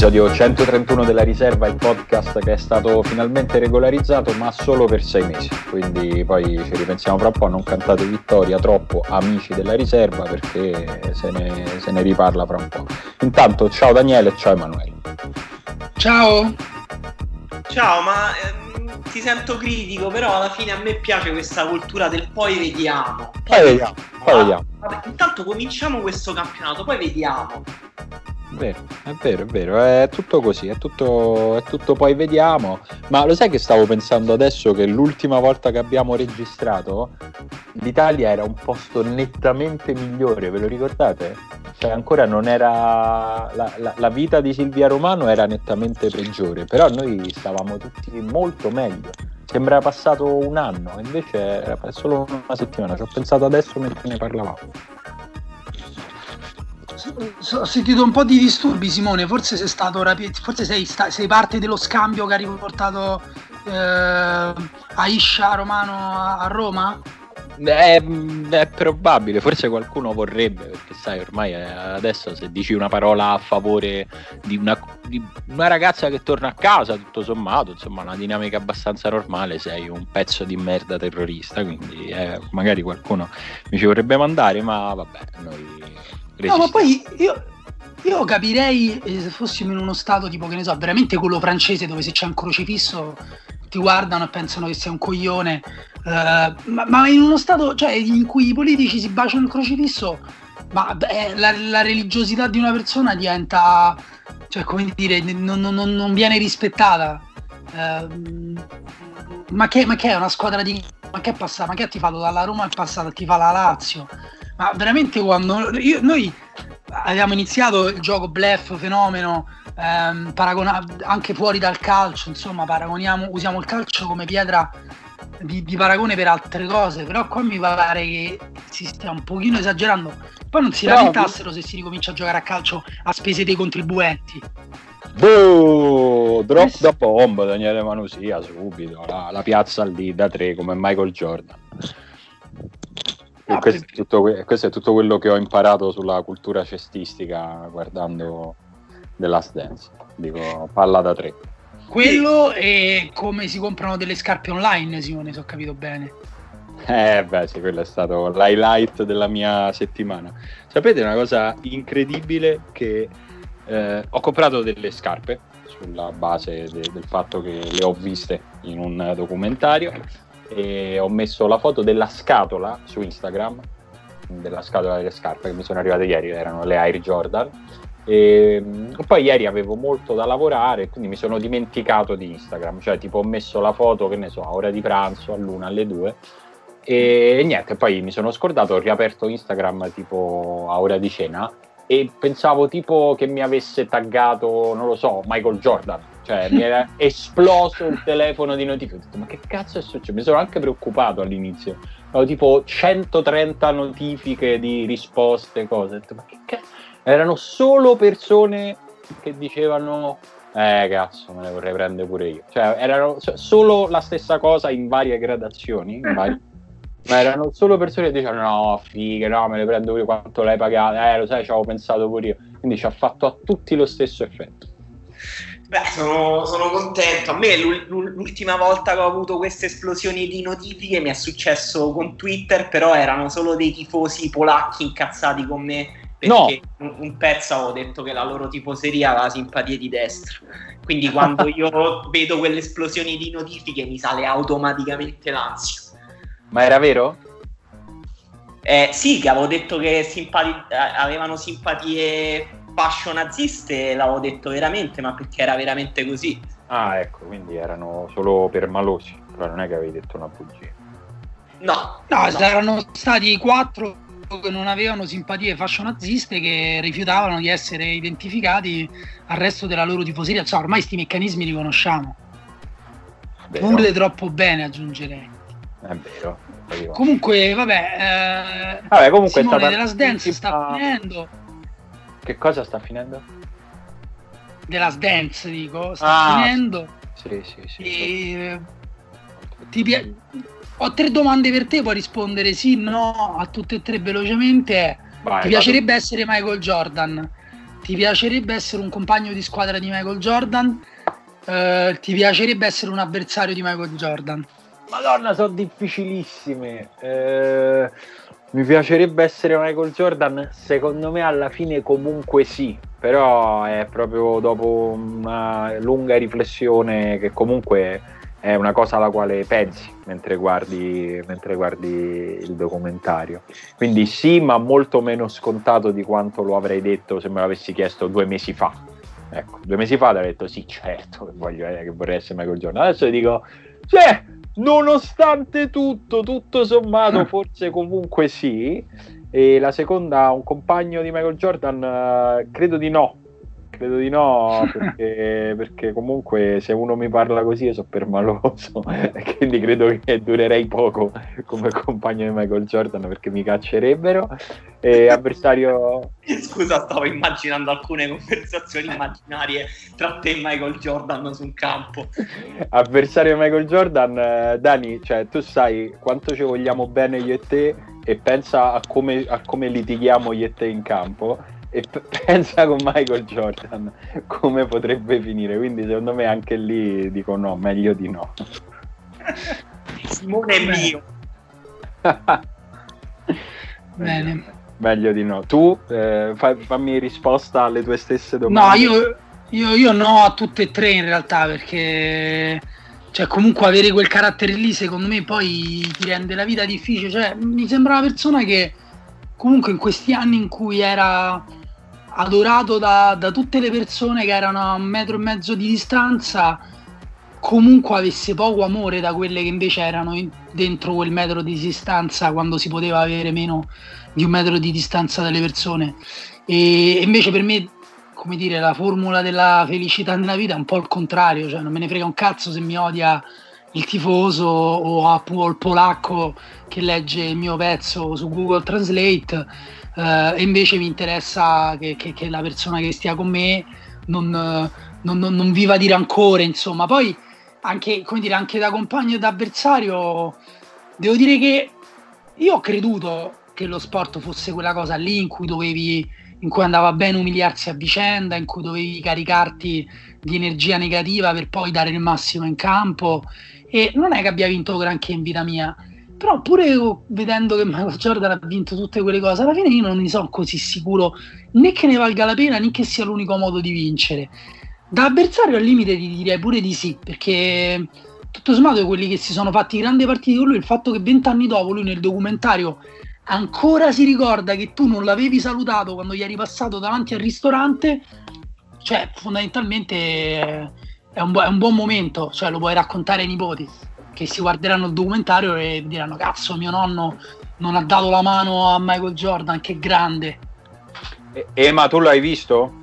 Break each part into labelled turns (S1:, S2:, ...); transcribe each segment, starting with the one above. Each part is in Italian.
S1: Episodio 131 della Riserva, il podcast che è stato finalmente regolarizzato, ma solo per 6 mesi. Quindi poi ci ripensiamo fra un po', non cantate vittoria troppo, amici della Riserva, perché se ne riparla fra un po'. Intanto, ciao Daniele e ciao Emanuele.
S2: Ciao.
S3: Ciao, ma ti sento critico, però alla fine a me piace questa cultura del poi vediamo.
S1: Poi vediamo.
S3: Vabbè, intanto cominciamo questo campionato, poi vediamo.
S1: È vero, è tutto così, è tutto poi vediamo. Ma lo sai che stavo pensando adesso, che l'ultima volta che abbiamo registrato l'Italia era un posto nettamente migliore, ve lo ricordate? Cioè ancora non era la vita di Silvia Romano era nettamente peggiore, però noi stavamo tutti molto meglio. Sembra passato un anno, invece era solo una settimana. Ci ho pensato adesso mentre ne parlavamo.
S2: Ho sentito un po' di disturbi, Simone. Forse sei stato forse sei parte dello scambio che ha riportato Aisha Romano a Roma?
S1: È probabile, forse qualcuno vorrebbe, perché sai, ormai adesso se dici una parola a favore di una ragazza che torna a casa, tutto sommato, insomma, una dinamica abbastanza normale, sei un pezzo di merda terrorista, quindi magari qualcuno mi ci vorrebbe mandare, ma vabbè, noi
S2: no, ma poi io capirei se fossimo in uno stato tipo, che ne so, veramente quello francese, dove se c'è un crocifisso ti guardano e pensano che sei un coglione, ma in uno stato, cioè, in cui i politici si baciano il crocifisso, ma la religiosità di una persona diventa, cioè, come dire, non viene rispettata. Ma che è una squadra di, ma che è passata, ma che ha tifato dalla Roma, è passata a tifare la Lazio? Ma veramente, quando noi abbiamo iniziato il gioco bluff, fenomeno, anche fuori dal calcio, insomma, usiamo il calcio come pietra di paragone per altre cose, però qua mi pare che si stia un pochino esagerando. Poi non si lamentassero se si ricomincia a giocare a calcio a spese dei contribuenti.
S1: Drop da bomba, Daniele Manusia, subito la piazza lì da 3 come Michael Jordan. Questo è tutto quello che ho imparato sulla cultura cestistica guardando The Last Dance. Dico, palla da 3.
S2: Quello è come si comprano delle scarpe online, Simone, se ho capito bene.
S1: Sì, quello è stato l'highlight della mia settimana. Sapete una cosa incredibile? Che ho comprato delle scarpe sulla base del fatto che le ho viste in un documentario, e ho messo la foto della scatola su Instagram, della scatola delle scarpe che mi sono arrivate ieri, erano le Air Jordan, e poi ieri avevo molto da lavorare, quindi mi sono dimenticato di Instagram, cioè tipo ho messo la foto, che ne so, a ora di pranzo, all'1, alle 2, e niente, poi mi sono scordato, ho riaperto Instagram tipo a ora di cena e pensavo tipo che mi avesse taggato, non lo so, Michael Jordan, cioè mi era esploso il telefono di notifiche. Ho detto, ma che cazzo è successo? Mi sono anche preoccupato all'inizio, avevo tipo 130 notifiche di risposte, cose. Ho detto, ma che cazzo? Erano solo persone che dicevano cazzo, me ne vorrei prendere pure io, cioè erano solo la stessa cosa in varie gradazioni, ma erano solo persone che dicevano no, fighe, no, me le prendo pure, quanto l'hai pagato, lo sai, ci avevo pensato pure io, quindi ci ha fatto a tutti lo stesso effetto.
S3: Beh, sono contento. A me l'ultima volta che ho avuto queste esplosioni di notifiche mi è successo con Twitter, però erano solo dei tifosi polacchi incazzati con me, perché un pezzo avevo detto che la loro tifoseria aveva simpatie di destra, quindi quando io vedo quelle esplosioni di notifiche mi sale automaticamente l'ansia.
S1: Ma era vero?
S3: Sì, che avevo detto che avevano simpatie fascio naziste, l'avevo detto veramente, ma perché era veramente così.
S1: Ah, ecco, quindi erano solo permalosi, però non è che avevi detto una bugia.
S2: No, erano stati 4 che non avevano simpatie fascio naziste, che rifiutavano di essere identificati al resto della loro tifoseria. Cioè, ormai sti meccanismi li conosciamo. Pure troppo bene, aggiungerei.
S1: È vero.
S2: Comunque, vabbè,
S1: comunque
S2: Simone, The Last Dance sta finendo.
S1: Che cosa sta finendo?
S2: The Last Dance, dico, sta finendo.
S1: Sì.
S2: Ho 3 domande per te, puoi rispondere sì, no, a tutte e 3 velocemente. Ti piacerebbe essere Michael Jordan? ti piacerebbe essere un compagno di squadra di Michael Jordan? Ti piacerebbe essere un avversario di Michael Jordan?
S1: Madonna, sono difficilissime. Mi piacerebbe essere Michael Jordan? Secondo me alla fine comunque sì, però è proprio dopo una lunga riflessione che comunque è una cosa alla quale pensi mentre guardi il documentario. Quindi sì, ma molto meno scontato di quanto lo avrei detto se me l'avessi chiesto 2 mesi fa. Ecco, 2 mesi fa avrei detto sì, certo che vorrei essere Michael Jordan. Adesso dico, cioè, nonostante tutto sommato, forse comunque sì. E la seconda, un compagno di Michael Jordan, credo di no, perché comunque se uno mi parla così io sono permaloso e quindi credo che durerei poco come compagno di Michael Jordan, perché mi caccerebbero. E avversario,
S3: scusa, stavo immaginando alcune conversazioni immaginarie tra te e Michael Jordan su un campo.
S1: Avversario di Michael Jordan, Dani, cioè tu sai quanto ci vogliamo bene io e te, e pensa a come litighiamo io e te in campo, e pensa con Michael Jordan come potrebbe finire. Quindi secondo me anche lì dico no, meglio di no.
S3: Simone è mio.
S2: Bene.
S1: Meglio di no. Tu fammi risposta alle tue stesse domande.
S2: No, io no a tutte e tre in realtà, perché cioè comunque avere quel carattere lì secondo me poi ti rende la vita difficile. Cioè mi sembra una persona che comunque in questi anni in cui era adorato da tutte le persone che erano a 1,5 metri di distanza, comunque avesse poco amore da quelle che invece erano dentro quel metro di distanza, quando si poteva avere meno di 1 metro di distanza dalle persone. E invece per me, come dire, la formula della felicità nella vita è un po' il contrario, cioè non me ne frega un cazzo se mi odia il tifoso o il polacco che legge il mio pezzo su Google Translate, e invece mi interessa che la persona che stia con me non viva di rancore, insomma. Poi anche, come dire, anche da compagno e da avversario devo dire che io ho creduto che lo sport fosse quella cosa lì in cui andava bene umiliarsi a vicenda, in cui dovevi caricarti di energia negativa per poi dare il massimo in campo, e non è che abbia vinto granché in vita mia, però pure vedendo che Michael Jordan ha vinto tutte quelle cose, alla fine io non ne sono così sicuro né che ne valga la pena né che sia l'unico modo di vincere. Da avversario al limite ti direi pure di sì, perché tutto sommato quelli che si sono fatti grandi partite con lui, il fatto che 20 anni dopo lui nel documentario ancora si ricorda che tu non l'avevi salutato quando gli eri passato davanti al ristorante, cioè fondamentalmente è un buon momento, cioè lo puoi raccontare ai nipoti che si guarderanno il documentario e diranno cazzo, mio nonno non ha dato la mano a Michael Jordan, che grande.
S1: Ma tu l'hai visto?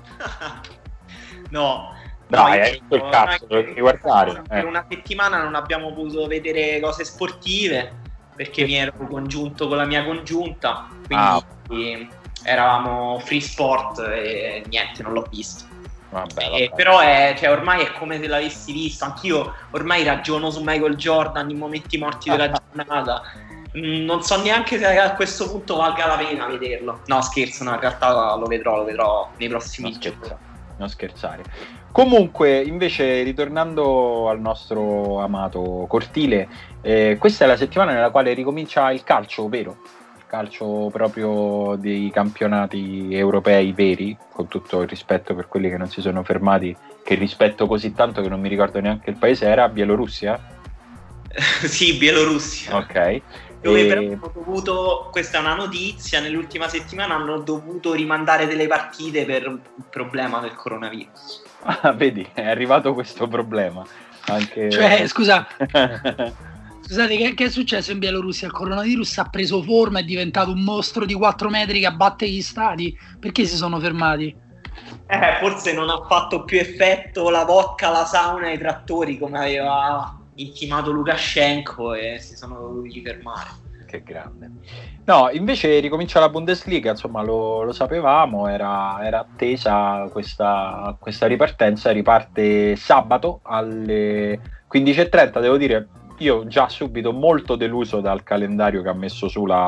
S3: No.
S1: Dai, hai visto il cazzo, devi guardare.
S3: Per una settimana non abbiamo potuto vedere cose sportive perché mi ero congiunto con la mia congiunta, quindi eravamo free sport e niente, non l'ho visto. Vabbè. Però ormai è come se l'avessi visto. Anch'io ormai ragiono su Michael Jordan in momenti morti della giornata. Non so neanche se a questo punto valga la pena vederlo. No, scherzo, no, in realtà lo vedrò nei prossimi giorni.
S1: Non scherzare. Comunque, invece, ritornando al nostro amato cortile, questa è la settimana nella quale ricomincia il calcio, vero? Calcio proprio dei campionati europei veri, con tutto il rispetto per quelli che non si sono fermati, che rispetto così tanto che non mi ricordo neanche il paese. Era Bielorussia?
S3: Sì, Bielorussia.
S1: Ok.
S3: Dove però hanno dovuto, questa è una notizia, nell'ultima settimana hanno dovuto rimandare delle partite per un problema del coronavirus.
S1: Ah, vedi, è arrivato questo problema. Anche...
S2: Cioè, scusa... Scusate, che è successo in Bielorussia? Il coronavirus ha preso forma, è diventato un mostro di 4 metri che abbatte gli stadi. Perché si sono fermati?
S3: Forse non ha fatto più effetto la vodka, la sauna e i trattori come aveva intimato Lukashenko e si sono dovuti fermare.
S1: Che grande. No, invece ricomincia la Bundesliga, insomma lo sapevamo, era attesa questa ripartenza, riparte sabato alle 15:30, devo dire. Io già subito molto deluso dal calendario che ha messo su la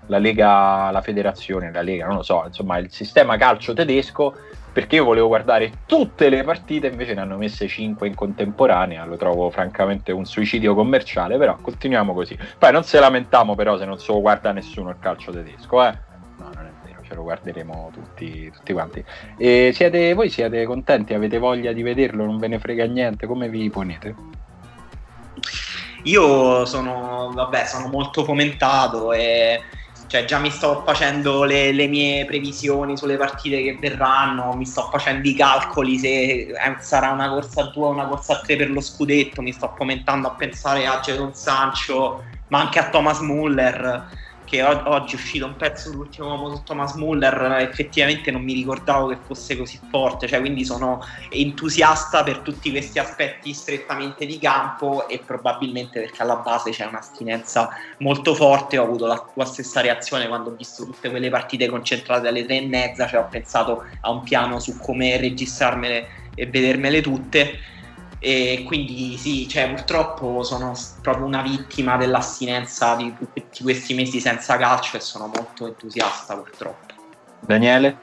S1: la Lega, la federazione, la Lega, non lo so, insomma il sistema calcio tedesco, perché io volevo guardare tutte le partite, invece ne hanno messe 5 in contemporanea. Lo trovo francamente un suicidio commerciale, però continuiamo così. Poi non se lamentiamo però se non se lo guarda nessuno il calcio tedesco, No, non è vero, ce lo guarderemo tutti quanti. E voi siete contenti? Avete voglia di vederlo? Non ve ne frega niente? Come vi ponete?
S3: Io sono molto fomentato e cioè già mi sto facendo le mie previsioni sulle partite che verranno, mi sto facendo i calcoli se sarà una corsa a 2 o una corsa a 3 per lo scudetto, mi sto fomentando a pensare a Jadon Sancho, ma anche a Thomas Muller, che oggi è uscito un pezzo dell'ultimo uomo su Thomas Muller, effettivamente non mi ricordavo che fosse così forte, cioè quindi sono entusiasta per tutti questi aspetti strettamente di campo e probabilmente perché alla base c'è un'astinenza molto forte. Ho avuto la tua stessa reazione quando ho visto tutte quelle partite concentrate alle 3:30, cioè ho pensato a un piano su come registrarmele e vedermele tutte. E quindi sì, cioè purtroppo sono proprio una vittima dell'astinenza di tutti questi mesi senza calcio e sono molto entusiasta purtroppo.
S1: Daniele?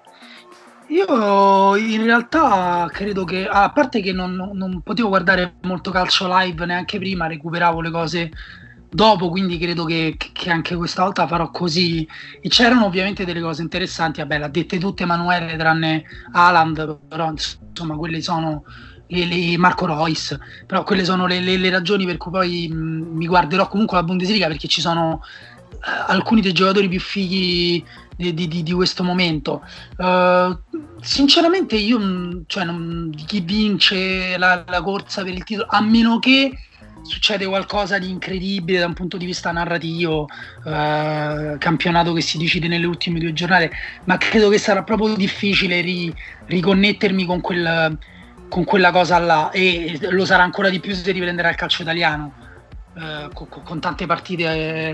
S2: Io in realtà credo che, a parte che non potevo guardare molto calcio live neanche prima, recuperavo le cose dopo, quindi credo che anche questa volta farò così. E c'erano ovviamente delle cose interessanti, vabbè, l'ha dette tutte Emanuele tranne Haaland, però insomma quelle sono Marco Reus, però quelle sono le ragioni per cui poi mi guarderò comunque la Bundesliga, perché ci sono alcuni dei giocatori più fighi di questo momento. Sinceramente io chi vince la corsa per il titolo, a meno che succede qualcosa di incredibile da un punto di vista narrativo, campionato che si decide nelle ultime 2 giornate, ma credo che sarà proprio difficile riconnettermi con quella cosa là, e lo sarà ancora di più se riprenderà il calcio italiano, con tante partite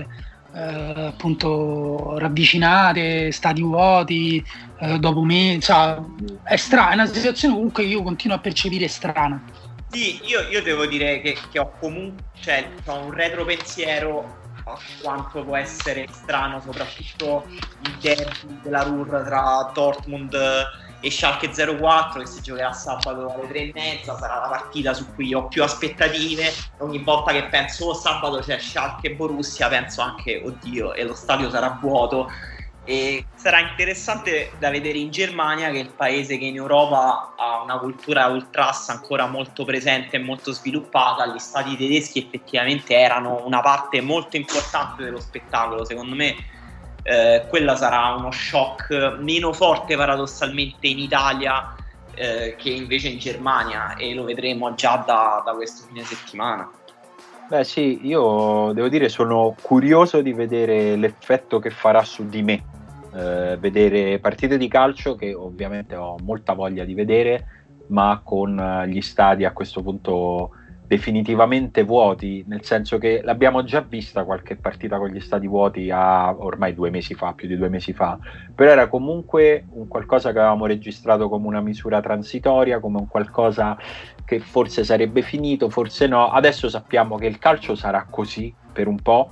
S2: appunto ravvicinate, stadi vuoti, dopo me, cioè, è strana, è una situazione comunque che io continuo a percepire strana.
S3: Sì, io devo dire che ho comunque, cioè, ho un retropensiero a quanto può essere strano soprattutto il derby della Ruhr tra Dortmund e Schalke 04, che si giocherà sabato alle 3:30. Sarà la partita su cui ho più aspettative. Ogni volta che penso sabato c'è Schalke Borussia, penso anche oddio, e lo stadio sarà vuoto. E sarà interessante da vedere in Germania, che è il paese che in Europa ha una cultura ultras ancora molto presente e molto sviluppata. Gli stadi tedeschi effettivamente erano una parte molto importante dello spettacolo. Secondo me quella sarà uno shock meno forte paradossalmente in Italia che invece in Germania, e lo vedremo già da questo fine settimana.
S1: Beh sì, io devo dire sono curioso di vedere l'effetto che farà su di me, vedere partite di calcio che ovviamente ho molta voglia di vedere, ma con gli stadi a questo punto definitivamente vuoti, nel senso che l'abbiamo già vista qualche partita con gli stadi vuoti ormai 2 mesi fa, più di 2 mesi fa, però era comunque un qualcosa che avevamo registrato come una misura transitoria, come un qualcosa che forse sarebbe finito, forse no. Adesso sappiamo che il calcio sarà così per un po',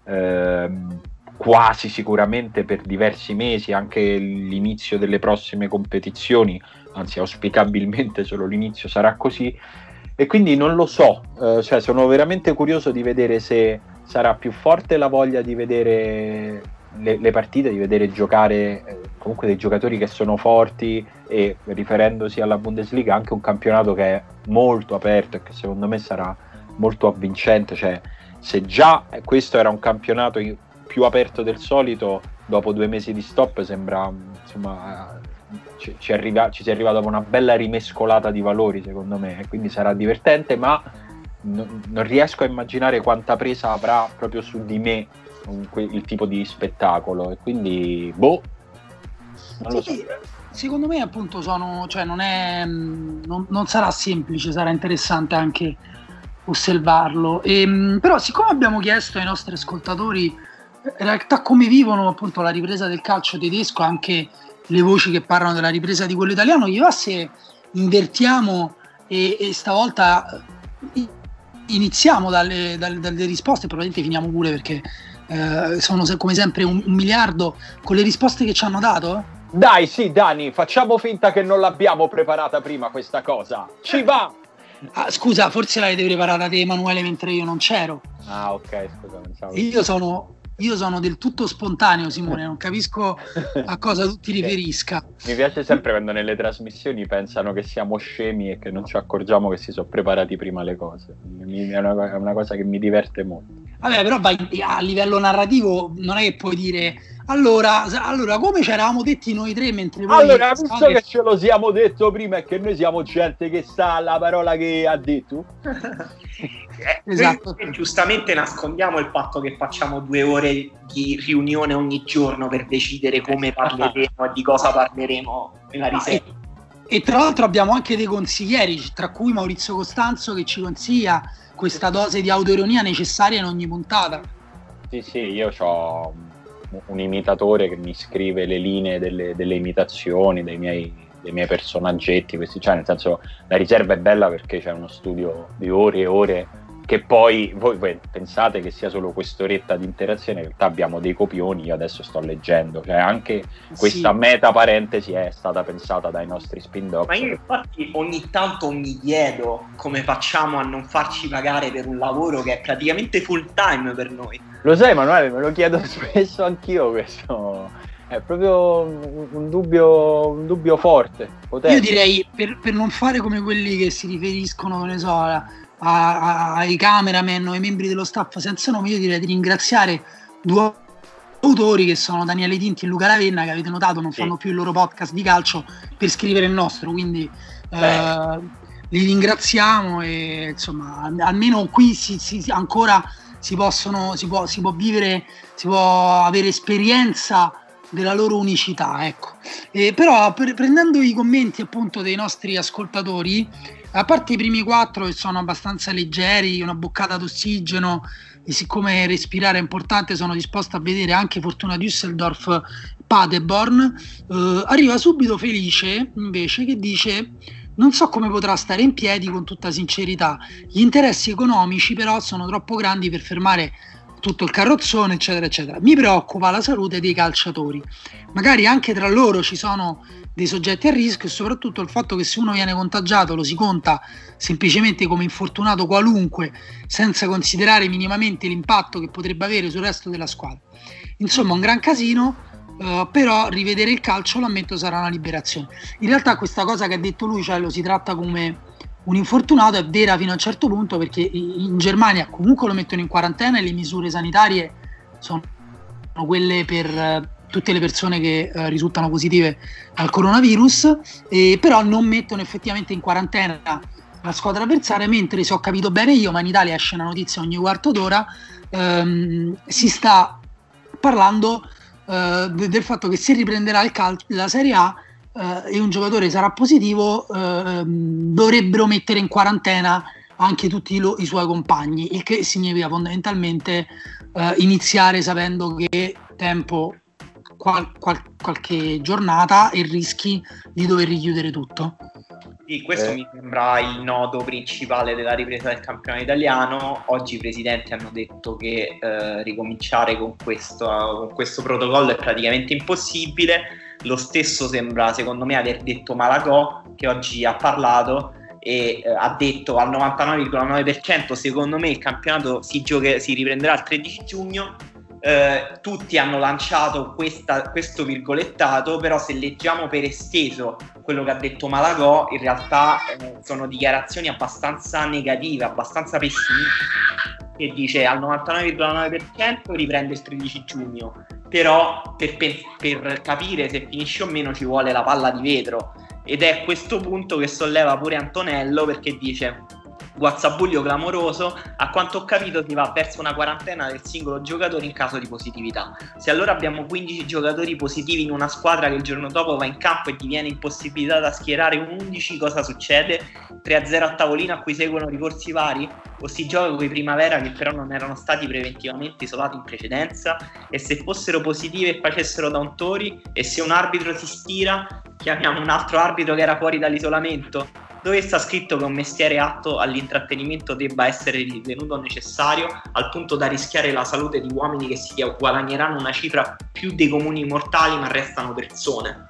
S1: quasi sicuramente per diversi mesi, anche l'inizio delle prossime competizioni, anzi auspicabilmente solo l'inizio sarà così. E quindi non lo so, cioè sono veramente curioso di vedere se sarà più forte la voglia di vedere le partite, di vedere giocare comunque dei giocatori che sono forti, e riferendosi alla Bundesliga anche un campionato che è molto aperto e che secondo me sarà molto avvincente. Cioè, se già questo era un campionato più aperto del solito, dopo 2 mesi di stop sembra, insomma, ci si è arrivato a una bella rimescolata di valori secondo me, e quindi sarà divertente, ma non riesco a immaginare quanta presa avrà proprio su di me il tipo di spettacolo, e quindi non lo so.
S2: Secondo me appunto non sarà semplice, sarà interessante anche osservarlo. Però siccome abbiamo chiesto ai nostri ascoltatori in realtà come vivono appunto la ripresa del calcio tedesco, anche le voci che parlano della ripresa di quello italiano, io se invertiamo e stavolta iniziamo dalle risposte, probabilmente finiamo pure perché sono come sempre un miliardo con le risposte che ci hanno dato?
S1: Dai, sì, Dani, facciamo finta che non l'abbiamo preparata prima questa cosa. Ci va!
S2: Ah, scusa, forse l'avete preparata te, Emanuele, mentre io non c'ero.
S1: Ah, ok, scusa, pensavo.
S2: Io sono del tutto spontaneo, Simone, non capisco a cosa tu ti riferisca.
S1: Mi piace sempre quando nelle trasmissioni pensano che siamo scemi e che non ci accorgiamo che si sono preparati prima le cose. È una cosa che mi diverte molto.
S2: Vabbè, però a livello narrativo non è che puoi dire allora come ci eravamo detti noi tre mentre voi...
S1: Allora, visto che ce lo siamo detto prima e che noi siamo gente che sa la parola che ha detto...
S3: Esatto. Noi giustamente nascondiamo il fatto che facciamo 2 ore di riunione ogni giorno per decidere come parleremo e di cosa parleremo nella riserva.
S2: E tra l'altro abbiamo anche dei consiglieri, tra cui Maurizio Costanzo, che ci consiglia questa dose di autoironia necessaria in ogni puntata.
S1: Sì, io ho un imitatore che mi scrive le linee delle imitazioni dei miei personaggetti, cioè nel senso la riserva è bella perché c'è uno studio di ore e ore che poi voi pensate che sia solo quest'oretta di interazione, in realtà abbiamo dei copioni, io adesso sto leggendo, cioè anche questa meta parentesi è stata pensata dai nostri spin doctor.
S3: Ma io infatti ogni tanto mi chiedo come facciamo a non farci pagare per un lavoro che è praticamente full time per noi.
S1: Lo sai, Emanuele, me lo chiedo spesso anch'io questo. È proprio un dubbio forte.
S2: Io direi per non fare come quelli che si riferiscono, che ne so, ai cameraman o ai membri dello staff senza nome, io direi di ringraziare 2 autori che sono Daniele Tinti e Luca Ravenna, che avete notato non fanno più il loro podcast di calcio per scrivere il nostro, quindi li ringraziamo e insomma almeno qui ancora si può vivere, si può avere esperienza della loro unicità, ecco. Però prendendo i commenti appunto dei nostri ascoltatori, a parte i primi 4 che sono abbastanza leggeri, una boccata d'ossigeno, e siccome respirare è importante sono disposto a vedere anche Fortuna Düsseldorf Paderborn, arriva subito Felice invece che dice: non so come potrà stare in piedi con tutta sincerità, gli interessi economici però sono troppo grandi per fermare tutto il carrozzone, eccetera eccetera. Mi preoccupa la salute dei calciatori, magari anche tra loro ci sono dei soggetti a rischio, e soprattutto il fatto che se uno viene contagiato lo si conta semplicemente come infortunato qualunque, senza considerare minimamente l'impatto che potrebbe avere sul resto della squadra. Insomma, un gran casino, però rivedere il calcio, lo ammetto, sarà una liberazione. In realtà questa cosa che ha detto lui, cioè lo si tratta come un infortunato, è vera fino a un certo punto, perché in Germania comunque lo mettono in quarantena e le misure sanitarie sono quelle per tutte le persone che risultano positive al coronavirus, però non mettono effettivamente in quarantena la squadra avversaria, mentre, se ho capito bene io, ma in Italia esce una notizia ogni quarto d'ora, si sta parlando del fatto che se riprenderà la Serie A e un giocatore sarà positivo, dovrebbero mettere in quarantena anche tutti i suoi compagni, il che significa fondamentalmente iniziare sapendo che tempo qualche giornata e rischi di dover richiudere tutto.
S3: Sì, questo mi sembra il nodo principale della ripresa del campionato italiano. Oggi i presidenti hanno detto che ricominciare con questo protocollo è praticamente impossibile. Lo stesso sembra, secondo me, aver detto Malagò, che oggi ha parlato e ha detto al 99,9% secondo me il campionato si riprenderà il 13 giugno. Tutti hanno lanciato questo virgolettato, però se leggiamo per esteso quello che ha detto Malagò, in realtà sono dichiarazioni abbastanza negative, abbastanza pessimiste, che dice al 99,9% riprende il 13 giugno, però per capire se finisce o meno ci vuole la palla di vetro, ed è questo punto che solleva pure Antonello, perché dice: guazzabuglio clamoroso, a quanto ho capito si va verso una quarantena del singolo giocatore in caso di positività. Se allora abbiamo 15 giocatori positivi in una squadra che il giorno dopo va in campo e diviene impossibilitata a schierare un 11, cosa succede? 3-0 a tavolino a cui seguono ricorsi vari? O si gioca con i Primavera che però non erano stati preventivamente isolati in precedenza? E se fossero positivi e facessero da untori? E se un arbitro si stira, chiamiamo un altro arbitro che era fuori dall'isolamento? dove sta scritto che un mestiere atto all'intrattenimento debba essere ritenuto necessario al punto da rischiare la salute di uomini che si guadagneranno una cifra più dei comuni mortali ma restano persone?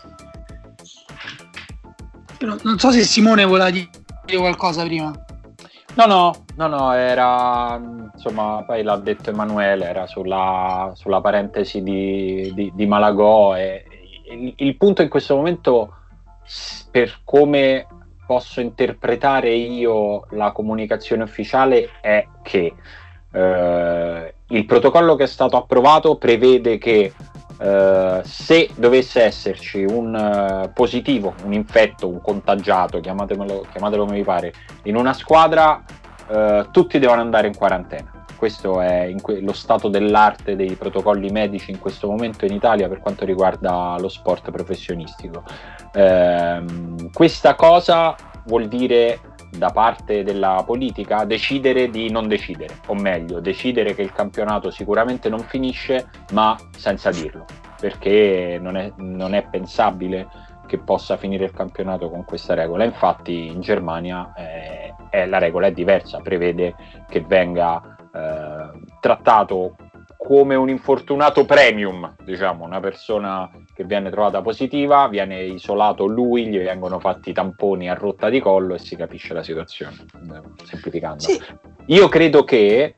S2: Non so se Simone voleva dire qualcosa prima.
S1: No, era, insomma, poi l'ha detto Emanuele, era sulla parentesi di Malagò, e il punto in questo momento, per come posso interpretare io la comunicazione ufficiale, è che il protocollo che è stato approvato prevede che se dovesse esserci un positivo, un infetto, un contagiato, chiamatelo come vi pare, in una squadra, tutti devono andare in quarantena. Questo è lo stato dell'arte dei protocolli medici in questo momento in Italia per quanto riguarda lo sport professionistico. Questa cosa vuol dire, da parte della politica, decidere di non decidere, o meglio, decidere che il campionato sicuramente non finisce, ma senza dirlo, perché non è pensabile che possa finire il campionato con questa regola. Infatti in Germania la regola è diversa, prevede che venga trattato come un infortunato premium, diciamo, una persona che viene trovata positiva, viene isolato lui, gli vengono fatti i tamponi a rotta di collo e si capisce la situazione, semplificando.
S2: Sì.
S1: Io credo che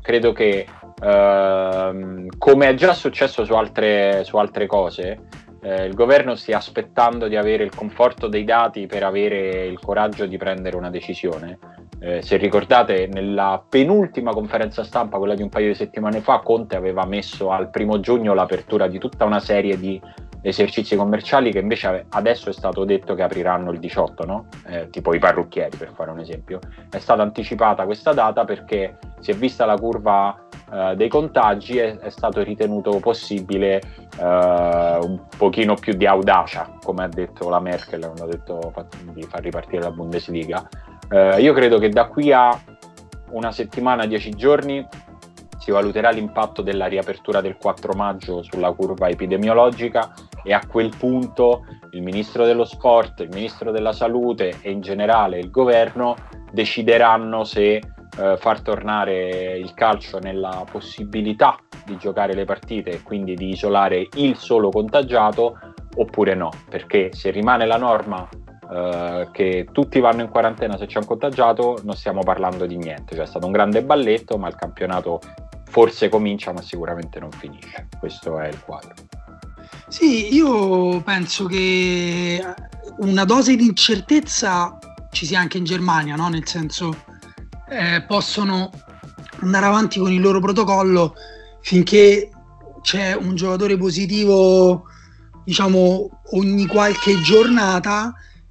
S1: come è già successo su altre cose, il governo stia aspettando di avere il conforto dei dati per avere il coraggio di prendere una decisione. Se ricordate, nella penultima conferenza stampa, quella di un paio di settimane fa, Conte aveva messo al 1 giugno l'apertura di tutta una serie di esercizi commerciali che invece adesso è stato detto che apriranno il 18, no? Tipo i parrucchieri, per fare un esempio. È stata anticipata questa data perché si è vista la curva dei contagi e è stato ritenuto possibile un pochino più di audacia, come ha detto la Merkel, hanno detto di far ripartire la Bundesliga. Io credo che da qui a una settimana, 10 giorni, si valuterà l'impatto della riapertura del 4 maggio sulla curva epidemiologica, e a quel punto il ministro dello sport, il ministro della salute e in generale il governo decideranno se far tornare il calcio nella possibilità di giocare le partite e quindi di isolare il solo contagiato oppure no, perché se rimane la norma che tutti vanno in quarantena se c'è un contagiato, non stiamo parlando di niente. Cioè è stato un grande balletto, ma il campionato forse comincia ma sicuramente non finisce. Questo è il quadro.
S2: Sì, io penso che una dose di incertezza ci sia anche in Germania, no? Nel senso, possono andare avanti con il loro protocollo finché c'è un giocatore positivo, diciamo, ogni qualche giornata,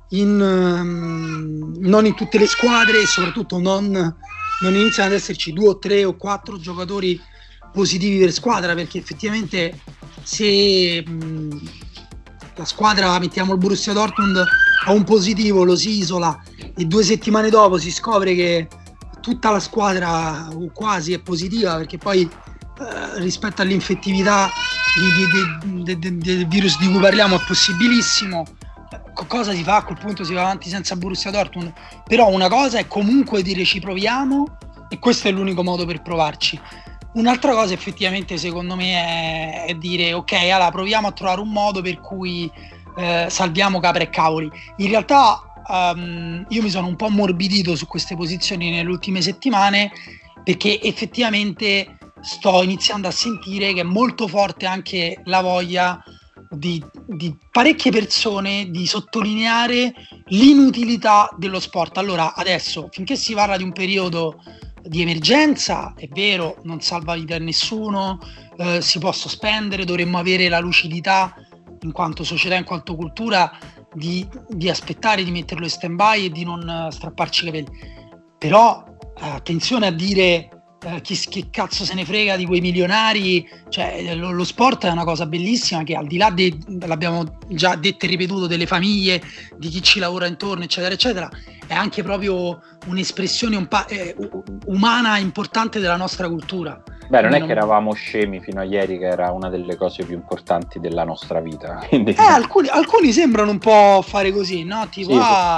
S2: non in tutte le squadre, e soprattutto non iniziano ad esserci 2 o 3 o 4 giocatori positivi per squadra, perché effettivamente se la squadra, mettiamo il Borussia Dortmund, ha un positivo, lo si isola e 2 settimane dopo si scopre che tutta la squadra o quasi è positiva, perché poi rispetto all'infettività del virus di cui parliamo è possibilissimo. Cosa si fa? A quel punto si va avanti senza Borussia Dortmund. Però una cosa è comunque dire ci proviamo, e questo è l'unico modo per provarci. Un'altra cosa effettivamente secondo me è dire ok, allora proviamo a trovare un modo per cui salviamo capre e cavoli. In realtà io mi sono un po' ammorbidito su queste posizioni nelle ultime settimane, perché effettivamente sto iniziando a sentire che è molto forte anche la voglia di parecchie persone di sottolineare l'inutilità dello sport. Allora, adesso, finché si parla di un periodo di emergenza, è vero, non salva vita a nessuno, si può sospendere, dovremmo avere la lucidità in quanto società, in quanto cultura, di aspettare di metterlo in stand by e di non strapparci i capelli. Però attenzione a dire che cazzo se ne frega di quei milionari. Cioè lo sport è una cosa bellissima che, al di là l'abbiamo già detto e ripetuto, delle famiglie, di chi ci lavora intorno, eccetera eccetera, è anche proprio un'espressione umana importante della nostra cultura.
S1: Beh, non è che eravamo scemi fino a ieri, che era una delle cose più importanti della nostra vita. Quindi...
S2: alcuni sembrano un po' fare così, no? Tipo,
S1: sì,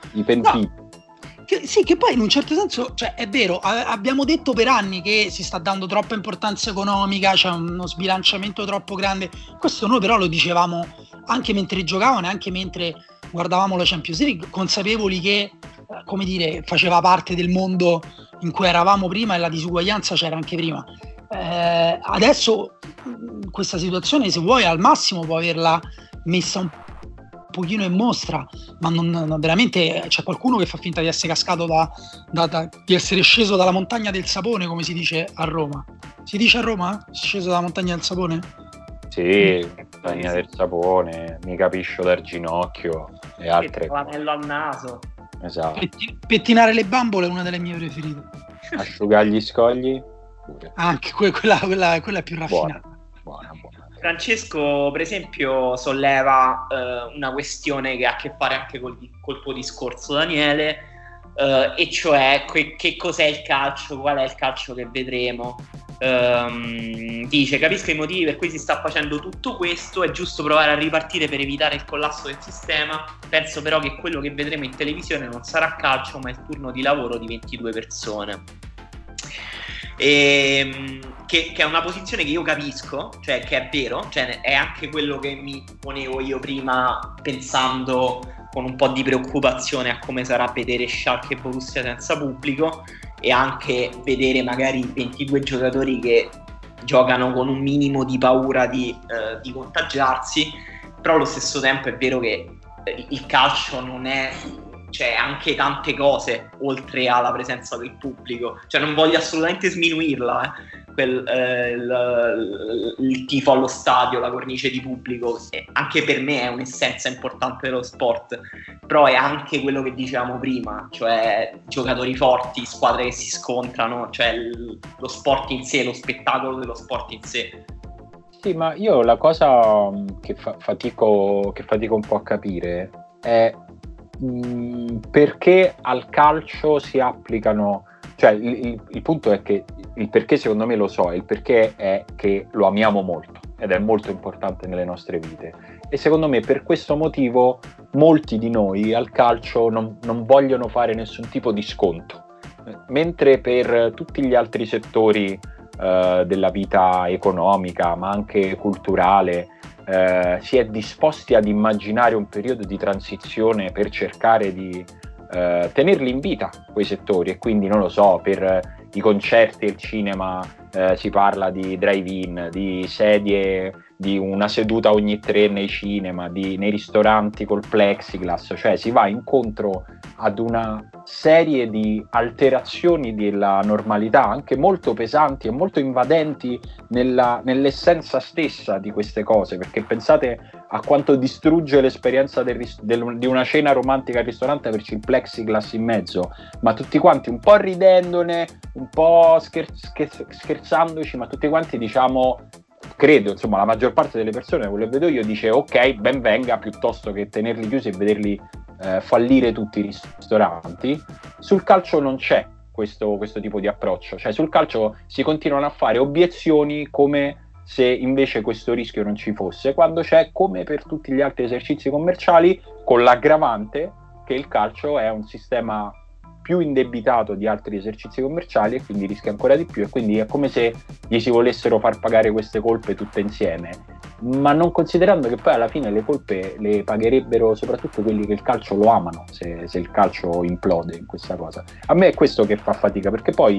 S1: I pentiti.
S2: No. Sì, che poi in un certo senso, cioè, è vero, abbiamo detto per anni che si sta dando troppa importanza economica, c'è uno sbilanciamento troppo grande. Questo noi però lo dicevamo anche mentre giocavano e anche mentre guardavamo la Champions League, consapevoli che, come dire, faceva parte del mondo in cui eravamo prima e la disuguaglianza c'era anche prima. Adesso questa situazione, se vuoi, al massimo può averla messa un pochino in mostra, ma non veramente c'è qualcuno che fa finta di essere cascato di essere sceso dalla montagna del sapone, come si dice a Roma. Si dice a Roma? Sceso dalla montagna del sapone?
S1: Sì, montagna del sapone, mi capisco dal ginocchio e altre cose.
S3: L'anello al naso.
S1: Esatto.
S2: Pettinare le bambole è una delle mie preferite.
S1: Asciugare gli scogli pure.
S2: Anche quella è più raffinata.
S1: Buona.
S3: Francesco, per esempio, solleva una questione che ha a che fare anche col tuo discorso, Daniele, e cioè che cos'è il calcio, qual è il calcio che vedremo. Dice: capisco i motivi per cui si sta facendo tutto questo, è giusto provare a ripartire per evitare il collasso del sistema, penso però che quello che vedremo in televisione non sarà calcio ma il turno di lavoro di 22 persone. Che è una posizione che io capisco, cioè che è vero, cioè è anche quello che mi ponevo io prima, pensando con un po' di preoccupazione a come sarà vedere Schalke e Borussia senza pubblico, e anche vedere magari 22 giocatori che giocano con un minimo di paura di contagiarsi. Però allo stesso tempo è vero che il calcio non è, c'è anche tante cose oltre alla presenza del pubblico, cioè non voglio assolutamente sminuirla, il tifo allo stadio, la cornice di pubblico, anche per me è un'essenza importante dello sport, però è anche quello che dicevamo prima, cioè giocatori forti, squadre che si scontrano, cioè lo sport in sé, lo spettacolo dello sport in sé.
S1: Sì, ma io la cosa che fatico un po' a capire è perché al calcio si applicano, cioè il punto è che il perché secondo me lo so, il perché è che lo amiamo molto ed è molto importante nelle nostre vite, e secondo me per questo motivo molti di noi al calcio non vogliono fare nessun tipo di sconto, mentre per tutti gli altri settori della vita economica ma anche culturale si è disposti ad immaginare un periodo di transizione per cercare di tenerli in vita quei settori, e quindi non lo so, per i concerti e il cinema si parla di drive-in, di sedie, di una seduta ogni 3 nei cinema, nei ristoranti col plexiglass, cioè si va incontro ad una serie di alterazioni della normalità anche molto pesanti e molto invadenti nell'essenza stessa di queste cose, perché pensate a quanto distrugge l'esperienza di una cena romantica al ristorante averci il plexiglass in mezzo, ma tutti quanti un po' ridendone, un po' scherzandoci, ma tutti quanti diciamo, credo, insomma, la maggior parte delle persone, quello che vedo io, dice ok, ben venga, piuttosto che tenerli chiusi e vederli fallire tutti i ristoranti. Sul calcio non c'è questo tipo di approccio, cioè sul calcio si continuano a fare obiezioni come se invece questo rischio non ci fosse, quando c'è, come per tutti gli altri esercizi commerciali, con l'aggravante che il calcio è un sistema più indebitato di altri esercizi commerciali e quindi rischia ancora di più, e quindi è come se gli si volessero far pagare queste colpe tutte insieme, ma non considerando che poi alla fine le colpe le pagherebbero soprattutto quelli che il calcio lo amano, se il calcio implode in questa cosa. A me è questo che fa fatica, perché poi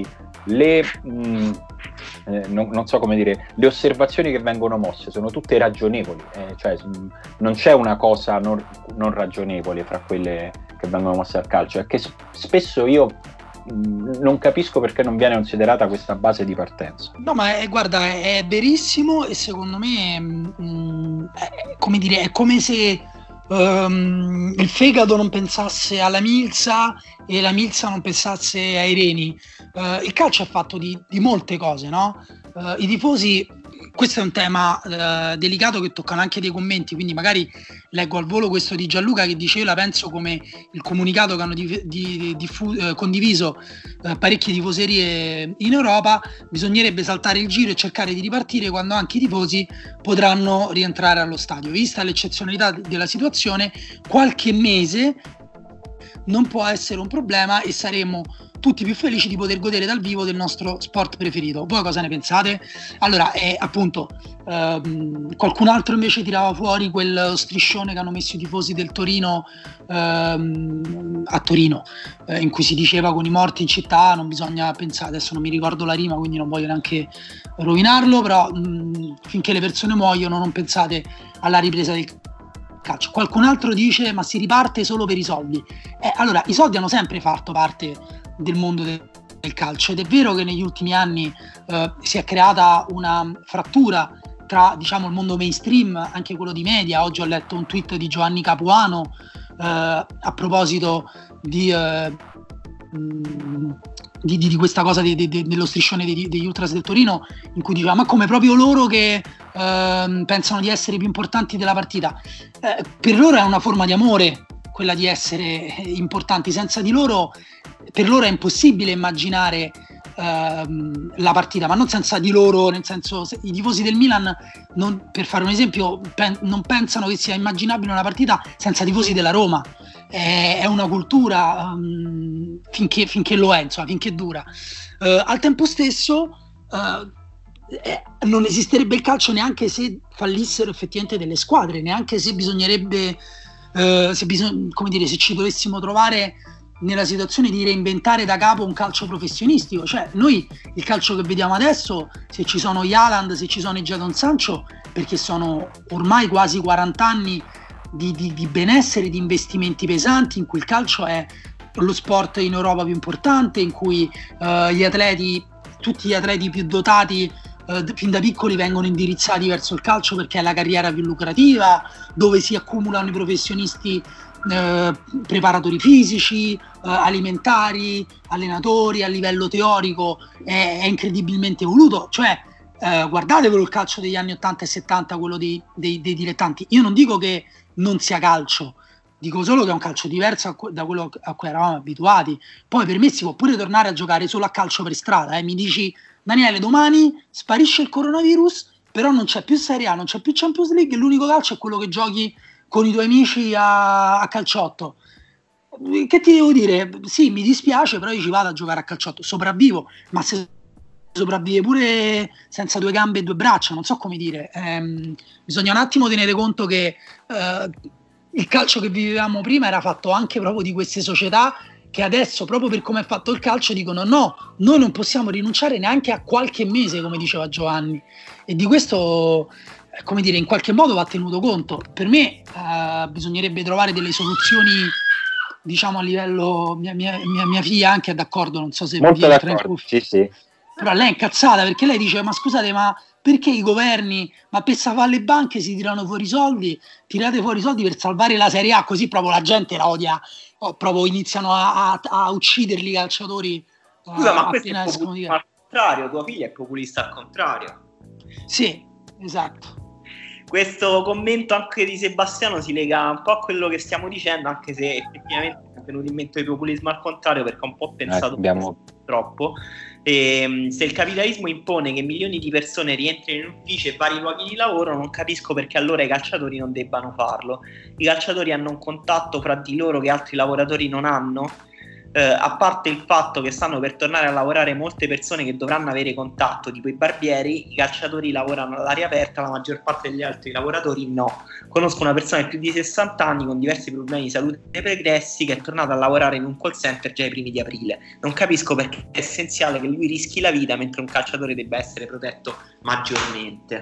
S1: non so come dire, le osservazioni che vengono mosse sono tutte ragionevoli, cioè non c'è una cosa non ragionevole fra quelle che vengono mosse al calcio, è che spesso io non capisco perché non viene considerata questa base di partenza.
S2: No, ma guarda, è verissimo, e secondo me come dire, è come se il fegato non pensasse alla milza e la milza non pensasse ai reni. Il calcio è fatto di molte cose, no? I tifosi, questo è un tema delicato che toccano anche dei commenti, quindi magari leggo al volo questo di Gianluca che dice: io la penso come il comunicato che hanno condiviso parecchie tifoserie in Europa, bisognerebbe saltare il giro e cercare di ripartire quando anche i tifosi potranno rientrare allo stadio. Vista l'eccezionalità della situazione, qualche mese non può essere un problema e saremo tutti più felici di poter godere dal vivo del nostro sport preferito. Voi cosa ne pensate? Allora, appunto, qualcun altro invece tirava fuori quel striscione che hanno messo i tifosi del Torino a Torino, in cui si diceva con i morti in città non bisogna pensare, adesso non mi ricordo la rima quindi non voglio neanche rovinarlo, però finché le persone muoiono non pensate alla ripresa del calcio. Qualcun altro dice ma si riparte solo per i soldi. Allora, i soldi hanno sempre fatto parte del mondo del calcio ed è vero che negli ultimi anni si è creata una frattura tra, diciamo, il mondo mainstream, anche quello di media. Oggi ho letto un tweet di Giovanni Capuano a proposito di questa cosa dello striscione degli Ultras del Torino, in cui diceva ma come proprio loro che pensano di essere più importanti della partita. Per loro è una forma di amore quella di essere importanti, senza di loro, per loro è impossibile immaginare la partita, ma non senza di loro, nel senso, i tifosi del Milan, per fare un esempio, non pensano che sia immaginabile una partita senza tifosi della Roma. È una cultura finché lo è, insomma, finché dura. Al tempo stesso non esisterebbe il calcio neanche se fallissero effettivamente delle squadre, neanche se bisognerebbe se ci dovessimo trovare nella situazione di reinventare da capo un calcio professionistico. Cioè, noi il calcio che vediamo adesso, se ci sono gli Haaland, se ci sono i Jadon Sancho, perché sono ormai quasi 40 anni di benessere, di investimenti pesanti, in cui il calcio è lo sport in Europa più importante, in cui tutti gli atleti più dotati fin da piccoli vengono indirizzati verso il calcio perché è la carriera più lucrativa, dove si accumulano i professionisti, preparatori fisici, alimentari, allenatori. A livello teorico è incredibilmente evoluto. Cioè, guardatevelo il calcio degli anni 80 e 70, quello dei dilettanti. Io non dico che non sia calcio, dico solo che è un calcio diverso da quello a cui eravamo abituati. Poi per me si può pure tornare a giocare solo a calcio per strada. Mi dici Daniele, domani sparisce il coronavirus, però non c'è più Serie A, non c'è più Champions League, l'unico calcio è quello che giochi con i tuoi amici a calciotto. Che ti devo dire? Sì, mi dispiace, però io ci vado a giocare a calciotto, sopravvivo, ma se sopravvive pure senza due gambe e due braccia, non so come dire. Bisogna un attimo tenere conto che il calcio che vivevamo prima era fatto anche proprio di queste società che adesso, proprio per come è fatto il calcio, dicono no, noi non possiamo rinunciare neanche a qualche mese, come diceva Giovanni, e di questo, come dire, in qualche modo va tenuto conto. Per me bisognerebbe trovare delle soluzioni, diciamo, a livello, mia figlia anche è d'accordo, non so se
S1: molto d'accordo, sì.
S2: Però lei è incazzata perché lei dice ma scusate, ma perché i governi, ma per salvare le banche si tirano fuori i soldi, tirate fuori i soldi per salvare la Serie A, così proprio la gente la odia, proprio iniziano a ucciderli i calciatori.
S3: Scusa, ma questo è populista al contrario, tua figlia è populista al contrario.
S2: Sì, esatto.
S3: Questo commento anche di Sebastiano si lega un po' a quello che stiamo dicendo, anche se effettivamente è venuto in mente il populismo al contrario, perché ho un po' pensato troppo. Se il capitalismo impone che milioni di persone rientrino in uffici e vari luoghi di lavoro, non capisco perché allora i calciatori non debbano farlo. I calciatori hanno un contatto fra di loro che altri lavoratori non hanno. A parte il fatto che stanno per tornare a lavorare molte persone che dovranno avere contatto, tipo i barbieri, i calciatori lavorano all'aria aperta, la maggior parte degli altri lavoratori no. Conosco una persona di più di 60 anni con diversi problemi di salute pregressi che è tornata a lavorare in un call center già ai primi di aprile. Non capisco perché è essenziale che lui rischi la vita mentre un calciatore debba essere protetto maggiormente.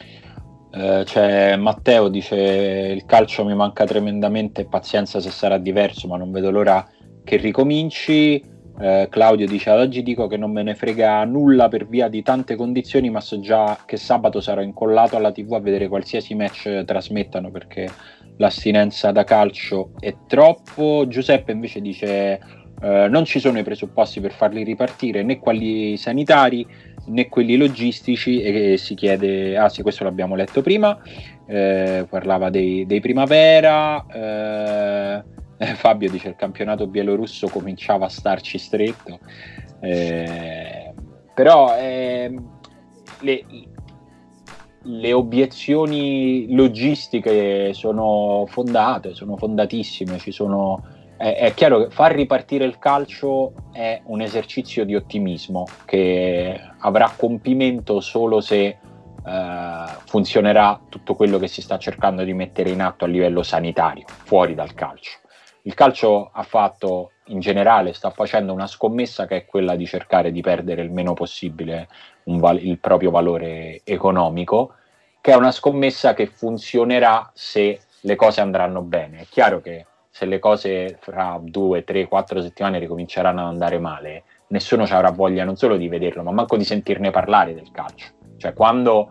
S1: Matteo dice il calcio mi manca tremendamente, pazienza se sarà diverso, ma non vedo l'ora che ricominci. Claudio dice ad oggi dico che non me ne frega nulla per via di tante condizioni, ma so già che sabato sarò incollato alla TV a vedere qualsiasi match trasmettano perché l'astinenza da calcio è troppo. Giuseppe invece dice non ci sono i presupposti per farli ripartire, né quelli sanitari né quelli logistici, e si chiede, sì, questo l'abbiamo letto prima, parlava dei Primavera. Fabio dice il campionato bielorusso cominciava a starci stretto, però le obiezioni logistiche sono fondate, sono fondatissime. Ci sono è chiaro che far ripartire il calcio è un esercizio di ottimismo che avrà compimento solo se funzionerà tutto quello che si sta cercando di mettere in atto a livello sanitario, fuori dal calcio. Il calcio ha fatto, in generale, sta facendo una scommessa che è quella di cercare di perdere il meno possibile il proprio valore economico, che è una scommessa che funzionerà se le cose andranno bene. È chiaro che se le cose fra 2, 3, 4 settimane ricominceranno ad andare male, nessuno ci avrà voglia non solo di vederlo, ma manco di sentirne parlare del calcio. Cioè, quando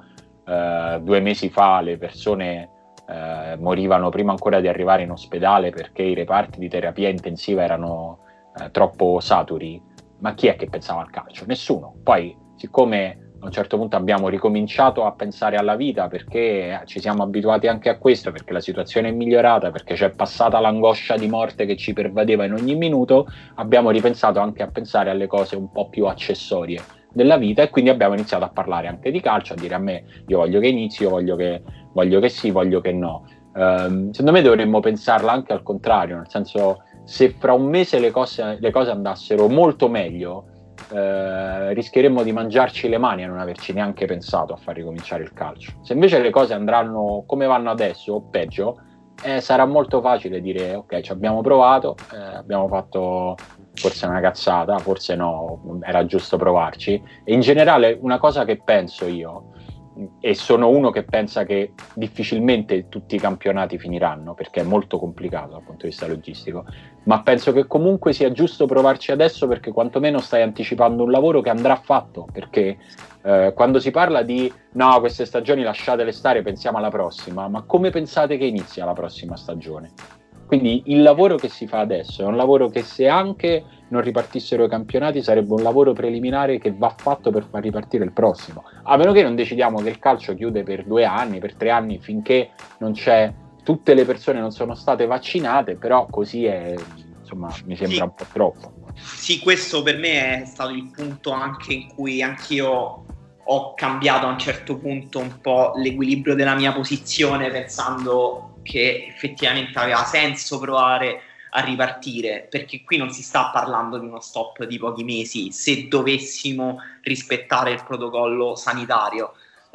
S1: 2 mesi fa le persone morivano prima ancora di arrivare in ospedale perché i reparti di terapia intensiva erano troppo saturi, ma chi è che pensava al calcio? Nessuno. Poi, siccome a un certo punto abbiamo ricominciato a pensare alla vita perché ci siamo abituati anche a questo, perché la situazione è migliorata, perché c'è passata l'angoscia di morte che ci pervadeva in ogni minuto, abbiamo ripensato anche a pensare alle cose un po' più accessorie della vita, e quindi abbiamo iniziato a parlare anche di calcio, a dire: a me, io voglio che inizi, io voglio che sì, voglio che no. Secondo me dovremmo pensarla anche al contrario, nel senso, se fra un mese le cose andassero molto meglio, rischieremmo di mangiarci le mani a non averci neanche pensato a far ricominciare il calcio. Se invece le cose andranno come vanno adesso o peggio, sarà molto facile dire: ok, ci abbiamo provato, abbiamo fatto forse una cazzata, forse no, era giusto provarci. E in generale una cosa che penso io, e sono uno che pensa che difficilmente tutti i campionati finiranno perché è molto complicato dal punto di vista logistico, ma penso che comunque sia giusto provarci adesso, perché quantomeno stai anticipando un lavoro che andrà fatto, perché quando si parla di no, queste stagioni lasciatele stare, pensiamo alla prossima, ma come pensate che inizia la prossima stagione? Quindi il lavoro che si fa adesso è un lavoro che, se anche non ripartissero i campionati, sarebbe un lavoro preliminare che va fatto per far ripartire il prossimo, a meno che non decidiamo che il calcio chiude per 2 anni, per 3 anni, finché non c'è, tutte le persone non sono state vaccinate, però così è, insomma, mi sembra un po' troppo.
S3: Sì, questo per me è stato il punto anche in cui anch'io ho cambiato a un certo punto un po' l'equilibrio della mia posizione, pensando che effettivamente aveva senso provare a ripartire, perché qui non si sta parlando di uno stop di pochi mesi se dovessimo rispettare il protocollo sanitario.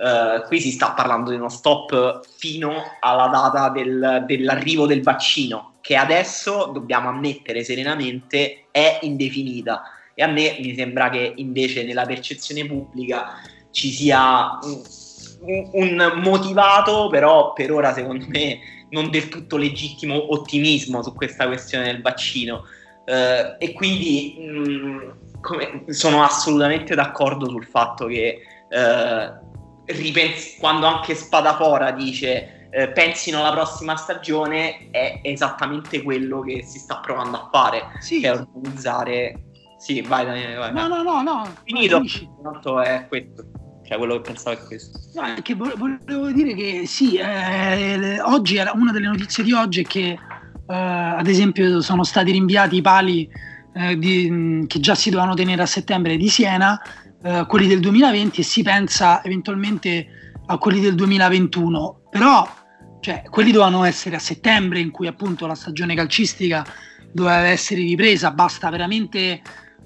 S3: Qui si sta parlando di uno stop fino alla data dell'arrivo del vaccino, che adesso, dobbiamo ammettere serenamente, è indefinita, e a me mi sembra che invece nella percezione pubblica ci sia un motivato, però per ora secondo me non del tutto legittimo, ottimismo su questa questione del vaccino, e quindi sono assolutamente d'accordo sul fatto che quando anche Spadafora dice pensino alla prossima stagione, è esattamente quello che si sta provando a fare,
S2: sì,
S3: che è organizzare. Sì, vai Daniele, vai.
S2: No,
S3: finito, tanto è questo. Cioè, quello che pensavo è questo.
S2: No, che volevo dire che sì, oggi era una delle notizie di oggi è che ad esempio sono stati rinviati i pali che già si dovevano tenere a settembre di Siena, quelli del 2020, e si pensa eventualmente a quelli del 2021, però cioè, quelli dovevano essere a settembre, in cui appunto la stagione calcistica doveva essere ripresa. Basta veramente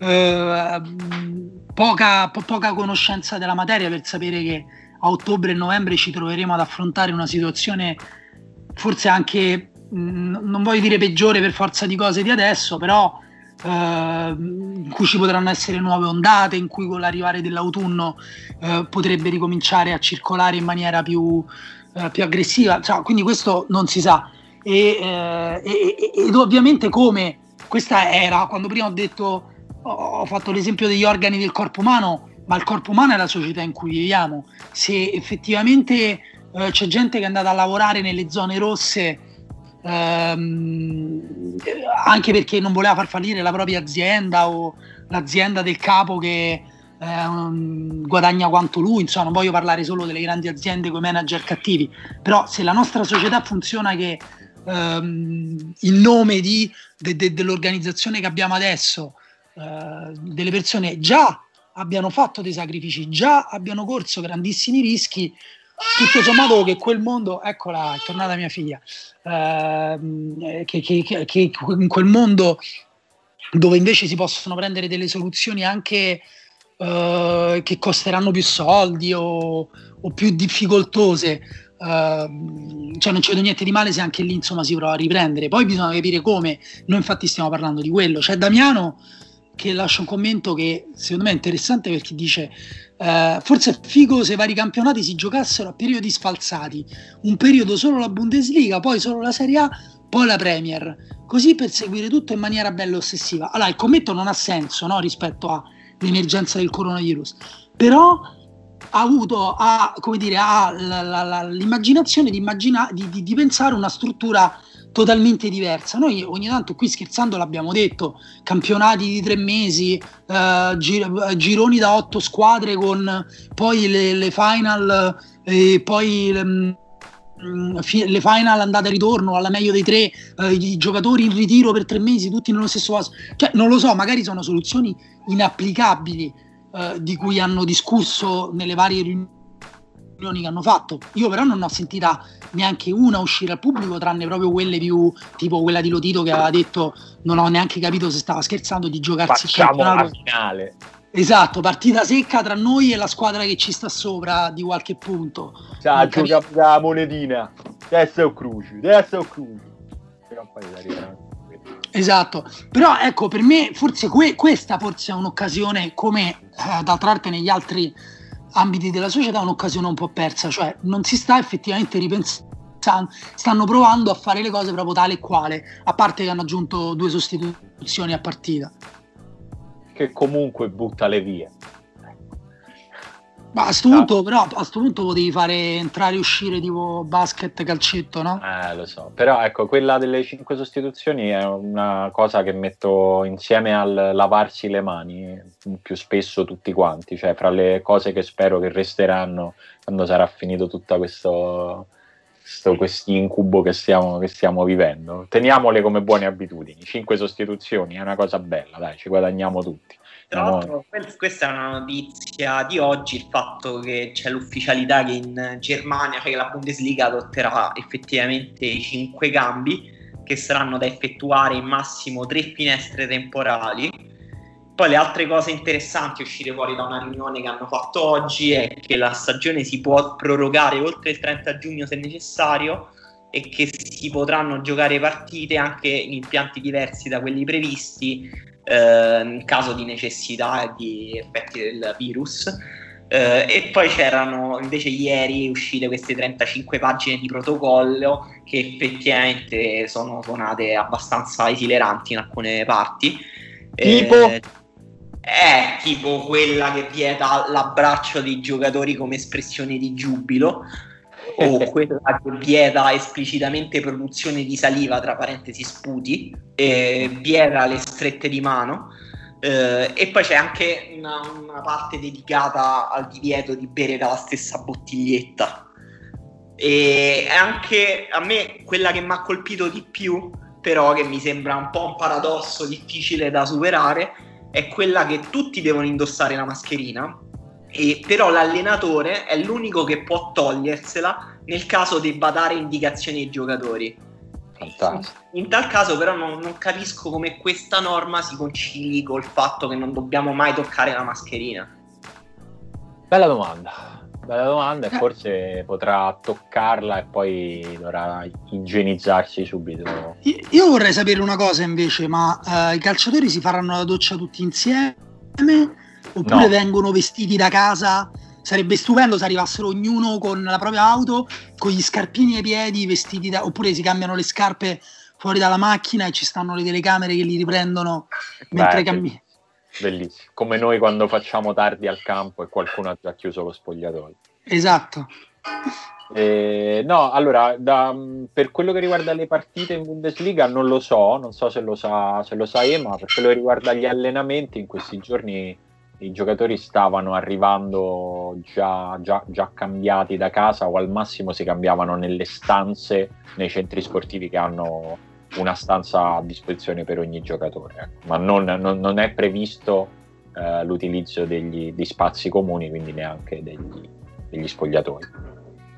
S2: poca conoscenza della materia per sapere che a ottobre e novembre ci troveremo ad affrontare una situazione forse anche, non voglio dire peggiore per forza di cose di adesso, però in cui ci potranno essere nuove ondate, in cui con l'arrivare dell'autunno potrebbe ricominciare a circolare in maniera più aggressiva, cioè, quindi questo non si sa, ed ovviamente, come questa era, quando prima ho fatto l'esempio degli organi del corpo umano, ma il corpo umano è la società in cui viviamo. Se effettivamente c'è gente che è andata a lavorare nelle zone rosse anche perché non voleva far fallire la propria azienda o l'azienda del capo che guadagna quanto lui, insomma, non voglio parlare solo delle grandi aziende con i manager cattivi, però se la nostra società funziona che in nome dell'organizzazione che abbiamo adesso, delle persone già abbiano fatto dei sacrifici, già abbiano corso grandissimi rischi, tutto sommato che quel mondo, eccola, è tornata mia figlia, che in quel mondo dove invece si possono prendere delle soluzioni anche che costeranno più soldi o più difficoltose, cioè non ci vedo niente di male se anche lì insomma si prova a riprendere. Poi bisogna capire come. Noi infatti stiamo parlando di quello. C'è Damiano che lascia un commento che secondo me è interessante, perché dice forse è figo se i vari campionati si giocassero a periodi sfalsati, un periodo solo la Bundesliga, poi solo la Serie A, poi la Premier, così per seguire tutto in maniera bella ossessiva. Allora il commento non ha senso, no, rispetto all'emergenza del coronavirus, però ha avuto l'immaginazione di pensare una struttura totalmente diversa. Noi ogni tanto qui scherzando l'abbiamo detto, campionati di 3 mesi, gironi da 8 squadre con poi le final e poi le final andata e ritorno alla meglio dei 3, i giocatori in ritiro per 3 mesi tutti nello stesso vaso. Cioè non lo so, magari sono soluzioni inapplicabili di cui hanno discusso nelle varie riunioni che hanno fatto. Io però non ho sentita neanche una uscire al pubblico, tranne proprio quelle più tipo quella di Lotito che aveva detto non ho neanche capito se stava scherzando di giocarsi
S1: facciamo
S2: il campionato.
S1: La finale.
S2: Esatto, partita secca tra noi e la squadra che ci sta sopra di qualche punto.
S1: Cioè, gioca la monetina, destra o cruci. Però poi arriverà.
S2: Esatto, però ecco, per me forse questa forse è un'occasione, come d'altra parte negli altri ambiti della società, un'occasione un po' persa, cioè non si sta effettivamente ripensando, stanno provando a fare le cose proprio tale e quale, a parte che hanno aggiunto 2 sostituzioni a partita.
S1: Che comunque butta le vie.
S2: Ma a sto punto potevi fare entrare e uscire tipo basket, calcetto, no?
S1: Lo so, però ecco, quella delle 5 sostituzioni è una cosa che metto insieme al lavarsi le mani più spesso tutti quanti, cioè fra le cose che spero che resteranno quando sarà finito tutto questo incubo che stiamo vivendo. Teniamole come buone abitudini. 5 sostituzioni è una cosa bella, dai, ci guadagniamo tutti.
S3: Tra l'altro, questa è una notizia di oggi, il fatto che c'è l'ufficialità che in Germania, cioè che la Bundesliga adotterà effettivamente i 5 cambi, che saranno da effettuare in massimo 3 finestre temporali. Poi le altre cose interessanti uscite fuori da una riunione che hanno fatto oggi è che la stagione si può prorogare oltre il 30 giugno se necessario, e che si potranno giocare partite anche in impianti diversi da quelli previsti in caso di necessità e di effetti del virus. E poi c'erano invece ieri uscite queste 35 pagine di protocollo che effettivamente sono suonate abbastanza esileranti in alcune parti, tipo quella che vieta l'abbraccio dei giocatori come espressione di giubilo, o quella che vieta esplicitamente produzione di saliva, tra parentesi sputi, vieta le strette di mano, e poi c'è anche una parte dedicata al divieto di bere dalla stessa bottiglietta. E anche a me quella che mi ha colpito di più, però che mi sembra un po' un paradosso difficile da superare, è quella che tutti devono indossare la mascherina, e però l'allenatore è l'unico che può togliersela nel caso debba dare indicazioni ai giocatori.
S1: Fantastico.
S3: In tal caso però non capisco come questa norma si concili col fatto che non dobbiamo mai toccare la mascherina.
S1: Bella domanda, e forse potrà toccarla e poi dovrà igienizzarsi subito.
S2: Io vorrei sapere una cosa invece, ma i calciatori si faranno la doccia tutti insieme oppure
S1: No.
S2: vengono vestiti da casa? Sarebbe stupendo se arrivassero ognuno con la propria auto, con gli scarpini ai piedi, vestiti oppure si cambiano le scarpe fuori dalla macchina e ci stanno le telecamere che li riprendono mentre cammini.
S1: Bellissimo, come noi quando facciamo tardi al campo e qualcuno ha già chiuso lo spogliatoio.
S2: Esatto.
S1: No, allora, per quello che riguarda le partite in Bundesliga non so se lo sa Ema. Per quello che riguarda gli allenamenti, in questi giorni i giocatori stavano arrivando già cambiati da casa, o al massimo si cambiavano nelle stanze nei centri sportivi che hanno una stanza a disposizione per ogni giocatore, ecco. Ma non è previsto l'utilizzo di spazi comuni, quindi neanche degli spogliatoi.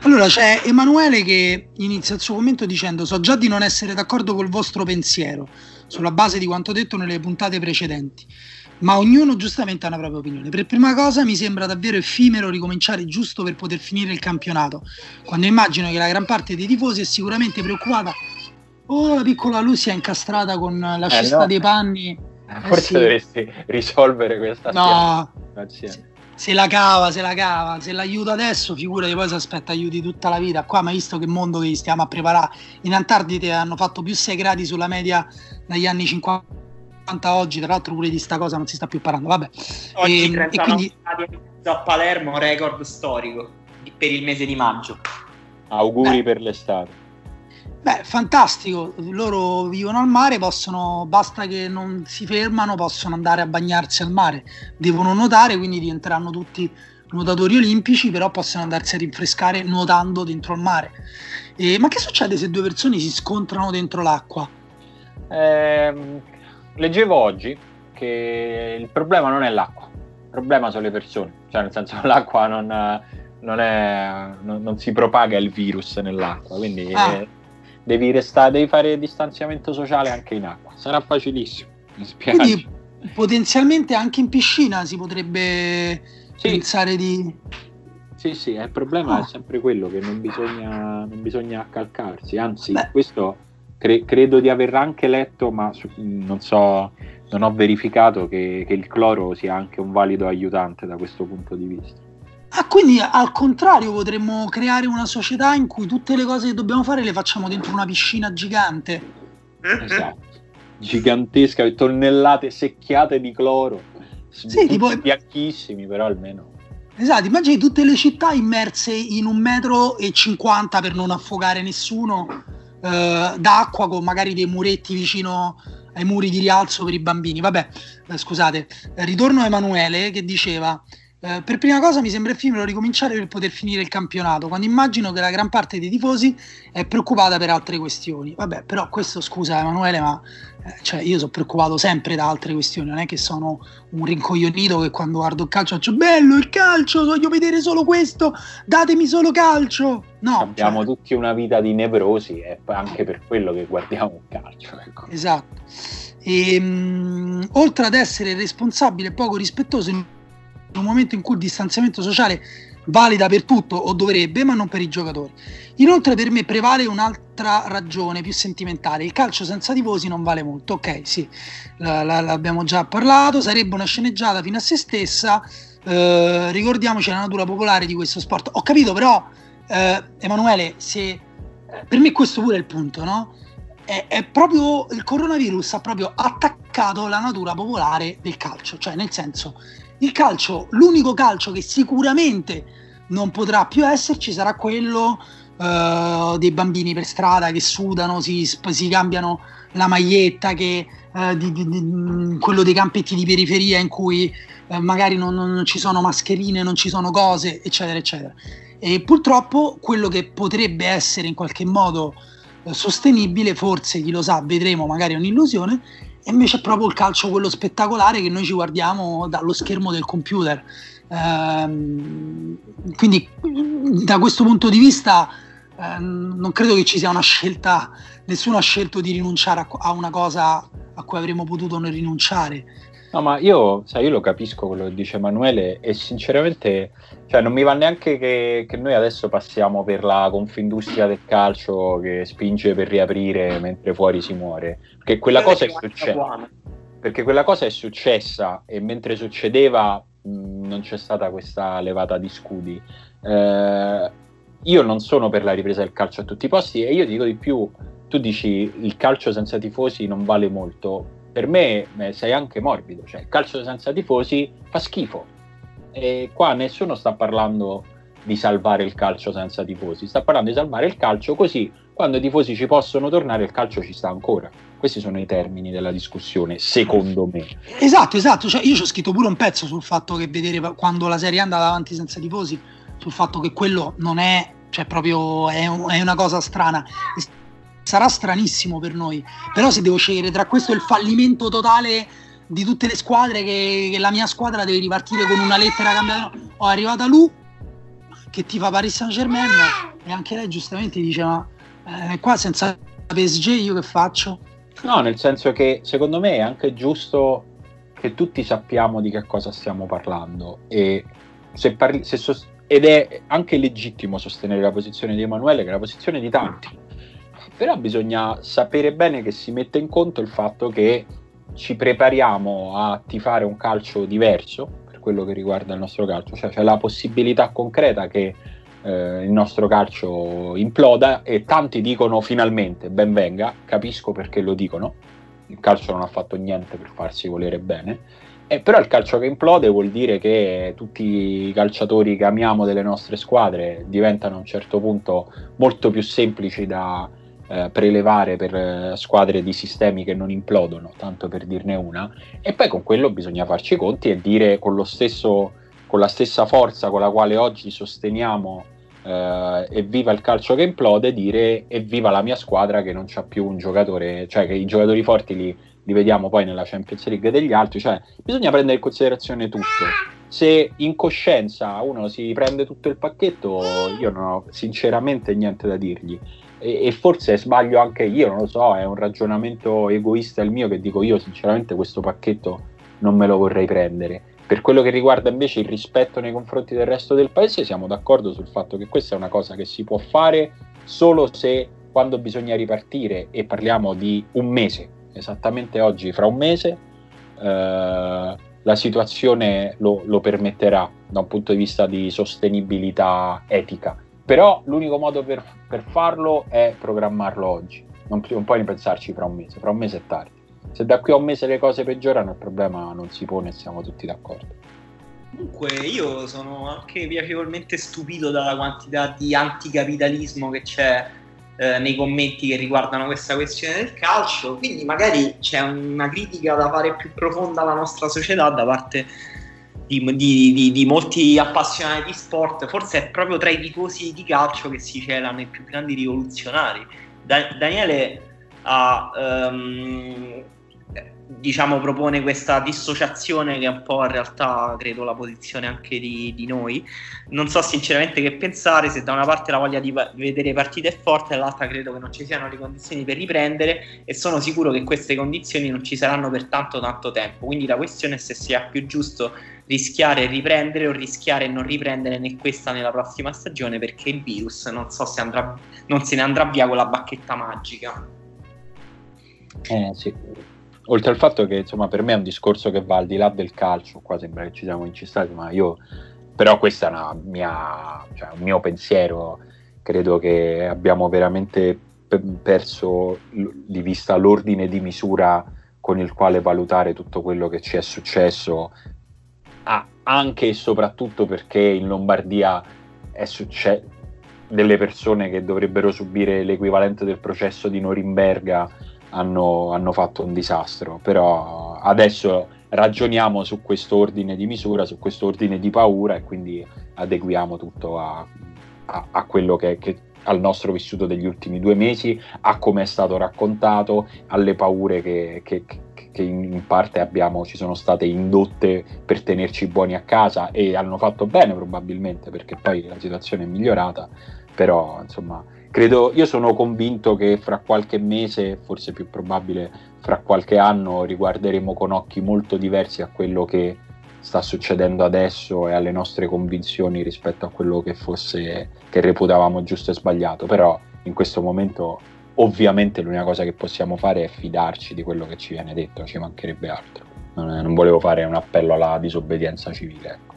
S2: Allora c'è Emanuele che inizia il suo commento dicendo: so già di non essere d'accordo col vostro pensiero sulla base di quanto detto nelle puntate precedenti, ma ognuno giustamente ha una propria opinione. Per prima cosa mi sembra davvero effimero ricominciare giusto per poter finire il campionato, quando immagino che la gran parte dei tifosi è sicuramente preoccupata. La piccola Lucia è incastrata con la cesta dei panni.
S1: Forse
S2: sì.
S1: dovresti risolvere questa
S2: situazione. Se la cava, se l'aiuta adesso, figurati poi si aspetta aiuti tutta la vita. Qua, ma visto che mondo che stiamo a preparare, in Antartide hanno fatto più 6 gradi sulla media dagli anni 50 oggi, tra l'altro pure di sta cosa non si sta più parlando, vabbè.
S3: Oggi 39 quindi... gradi a Palermo, record storico per il mese di maggio.
S1: Auguri per l'estate.
S2: Beh, fantastico, loro vivono al mare, basta che non si fermano, possono andare a bagnarsi al mare, devono nuotare, quindi diventeranno tutti nuotatori olimpici, però possono andarsi a rinfrescare nuotando dentro il mare. Ma che succede se 2 persone si scontrano dentro l'acqua?
S1: Leggevo oggi che il problema non è l'acqua, il problema sono le persone, cioè nel senso l'acqua non si propaga il virus nell'acqua, quindi devi fare distanziamento sociale anche in acqua, sarà facilissimo, mi spiace.
S2: Quindi potenzialmente anche in piscina si potrebbe pensare di...
S1: Sì, il problema è sempre quello che non bisogna accalcarsi, anzi questo credo di aver anche letto, ma non ho verificato che il cloro sia anche un valido aiutante da questo punto di vista.
S2: Quindi al contrario potremmo creare una società in cui tutte le cose che dobbiamo fare le facciamo dentro una piscina gigante.
S1: Esatto, gigantesca, tonnellate secchiate di cloro, tipo bianchissimi, però almeno.
S2: Esatto, immagini tutte le città immerse in 1,50 m per non affogare nessuno, d'acqua, con magari dei muretti vicino ai muri di rialzo per i bambini. Vabbè, scusate, ritorno a Emanuele che diceva: per prima cosa mi sembra effimero ricominciare per poter finire il campionato, quando immagino che la gran parte dei tifosi è preoccupata per altre questioni. Vabbè, però questo, scusa Emanuele, ma cioè io sono preoccupato sempre da altre questioni, non è che sono un rincoglionito che quando guardo il calcio faccio bello il calcio, voglio vedere solo questo, datemi solo calcio. No,
S1: abbiamo tutti una vita di nevrosi, è anche per quello che guardiamo il calcio, ecco.
S2: Esatto. Oltre ad essere responsabile e poco rispettoso in un momento in cui il distanziamento sociale valida per tutto, o dovrebbe, ma non per i giocatori. Inoltre per me prevale un'altra ragione più sentimentale: il calcio senza tifosi non vale molto. Ok, sì, l'abbiamo già parlato, sarebbe una sceneggiata fino a se stessa, ricordiamoci la natura popolare di questo sport. Ho capito, però Emanuele, se per me questo pure è il punto, no? È proprio il coronavirus ha proprio attaccato la natura popolare del calcio, cioè nel senso, il calcio, l'unico calcio che sicuramente non potrà più esserci sarà quello dei bambini per strada che sudano, si cambiano la maglietta, quello dei campetti di periferia in cui magari non ci sono mascherine, non ci sono cose, eccetera eccetera. E purtroppo quello che potrebbe essere in qualche modo sostenibile, forse chi lo sa, vedremo, magari è un'illusione, e invece è proprio il calcio quello spettacolare che noi ci guardiamo dallo schermo del computer. Quindi da questo punto di vista non credo che ci sia una scelta, nessuno ha scelto di rinunciare a una cosa a cui avremmo potuto non rinunciare.
S1: No, ma io lo capisco quello che dice Emanuele, e sinceramente, cioè, non mi va neanche che noi adesso passiamo per la Confindustria del calcio che spinge per riaprire mentre fuori si muore, perché quella cosa è successa, e mentre succedeva non c'è stata questa levata di scudi. Io non sono per la ripresa del calcio a tutti i posti, e io ti dico di più: tu dici il calcio senza tifosi non vale molto, per me sei anche morbido, cioè il calcio senza tifosi fa schifo, e qua nessuno sta parlando di salvare il calcio senza tifosi, sta parlando di salvare il calcio così quando i tifosi ci possono tornare il calcio ci sta ancora. Questi sono i termini della discussione, secondo me.
S2: Esatto, cioè io ci ho scritto pure un pezzo sul fatto che vedere quando la Serie A andava avanti senza tifosi, sul fatto che quello non è, cioè proprio è una cosa strana. Sarà stranissimo per noi, però se devo scegliere tra questo e il fallimento totale di tutte le squadre, che la mia squadra deve ripartire con una lettera cambiata, è arrivata Lu, che tifa Paris Saint-Germain, e anche lei giustamente dice: ma qua senza PSG io che faccio?
S1: No, nel senso che secondo me è anche giusto che tutti sappiamo di che cosa stiamo parlando, e ed è anche legittimo sostenere la posizione di Emanuele, che è la posizione di tanti, però bisogna sapere bene che si mette in conto il fatto che ci prepariamo a tifare un calcio diverso per quello che riguarda il nostro calcio, cioè c'è la possibilità concreta che il nostro calcio imploda, e tanti dicono finalmente ben venga, capisco perché lo dicono, il calcio non ha fatto niente per farsi volere bene, però il calcio che implode vuol dire che tutti i calciatori che amiamo delle nostre squadre diventano a un certo punto molto più semplici da prelevare per squadre di sistemi che non implodono, tanto per dirne una, e poi con quello bisogna farci i conti e dire con la stessa forza con la quale oggi sosteniamo evviva il calcio che implode, dire evviva la mia squadra che non c'ha più un giocatore, cioè che i giocatori forti li vediamo poi nella Champions League degli altri, cioè bisogna prendere in considerazione tutto. Se in coscienza uno si prende tutto il pacchetto, io non ho sinceramente niente da dirgli, e forse sbaglio anche io, non lo so, è un ragionamento egoista il mio, che dico io sinceramente questo pacchetto non me lo vorrei prendere. Per quello che riguarda invece il rispetto nei confronti del resto del paese, siamo d'accordo sul fatto che questa è una cosa che si può fare solo se, quando bisogna ripartire, e parliamo di un mese, esattamente oggi, fra un mese, la situazione lo permetterà da un punto di vista di sostenibilità etica. Però l'unico modo per farlo è programmarlo oggi, non puoi pensarci fra un mese è tardi. Se da qui a un mese le cose peggiorano, il problema non si pone, siamo tutti d'accordo.
S3: Comunque io sono anche piacevolmente stupito dalla quantità di anticapitalismo che c'è nei commenti che riguardano questa questione del calcio, quindi magari c'è una critica da fare più profonda alla nostra società da parte di molti appassionati di sport. Forse è proprio tra i tifosi di calcio che si celano i più grandi rivoluzionari. Daniele propone questa dissociazione, che è un po' in realtà credo la posizione anche di noi. Non so sinceramente che pensare, se da una parte la voglia di vedere partite è forte, dall'altra credo che non ci siano le condizioni per riprendere, e sono sicuro che queste condizioni non ci saranno per tanto tempo, quindi la questione è se sia più giusto rischiare e riprendere o rischiare e non riprendere né questa né la prossima stagione, perché il virus non so se non se ne andrà via con la bacchetta magica.
S1: Sì. Oltre al fatto che insomma per me è un discorso che va al di là del calcio, qua sembra che ci siamo incistati, ma però questa è un mio pensiero, credo che abbiamo veramente perso di vista l'ordine di misura con il quale valutare tutto quello che ci è successo, anche e soprattutto perché in Lombardia è successo delle persone che dovrebbero subire l'equivalente del processo di Norimberga hanno fatto un disastro. Però adesso ragioniamo su questo ordine di misura, su questo ordine di paura, e quindi adeguiamo tutto a quello che al nostro vissuto degli ultimi 2 mesi, a come è stato raccontato, alle paure che in parte ci sono state indotte per tenerci buoni a casa, e hanno fatto bene probabilmente, perché poi la situazione è migliorata. Però insomma io sono convinto che fra qualche mese, forse più probabile fra qualche anno, riguarderemo con occhi molto diversi a quello che sta succedendo adesso e alle nostre convinzioni rispetto a quello che reputavamo giusto e sbagliato. Però in questo momento ovviamente l'unica cosa che possiamo fare è fidarci di quello che ci viene detto, ci mancherebbe altro. Non volevo fare un appello alla disobbedienza civile, ecco.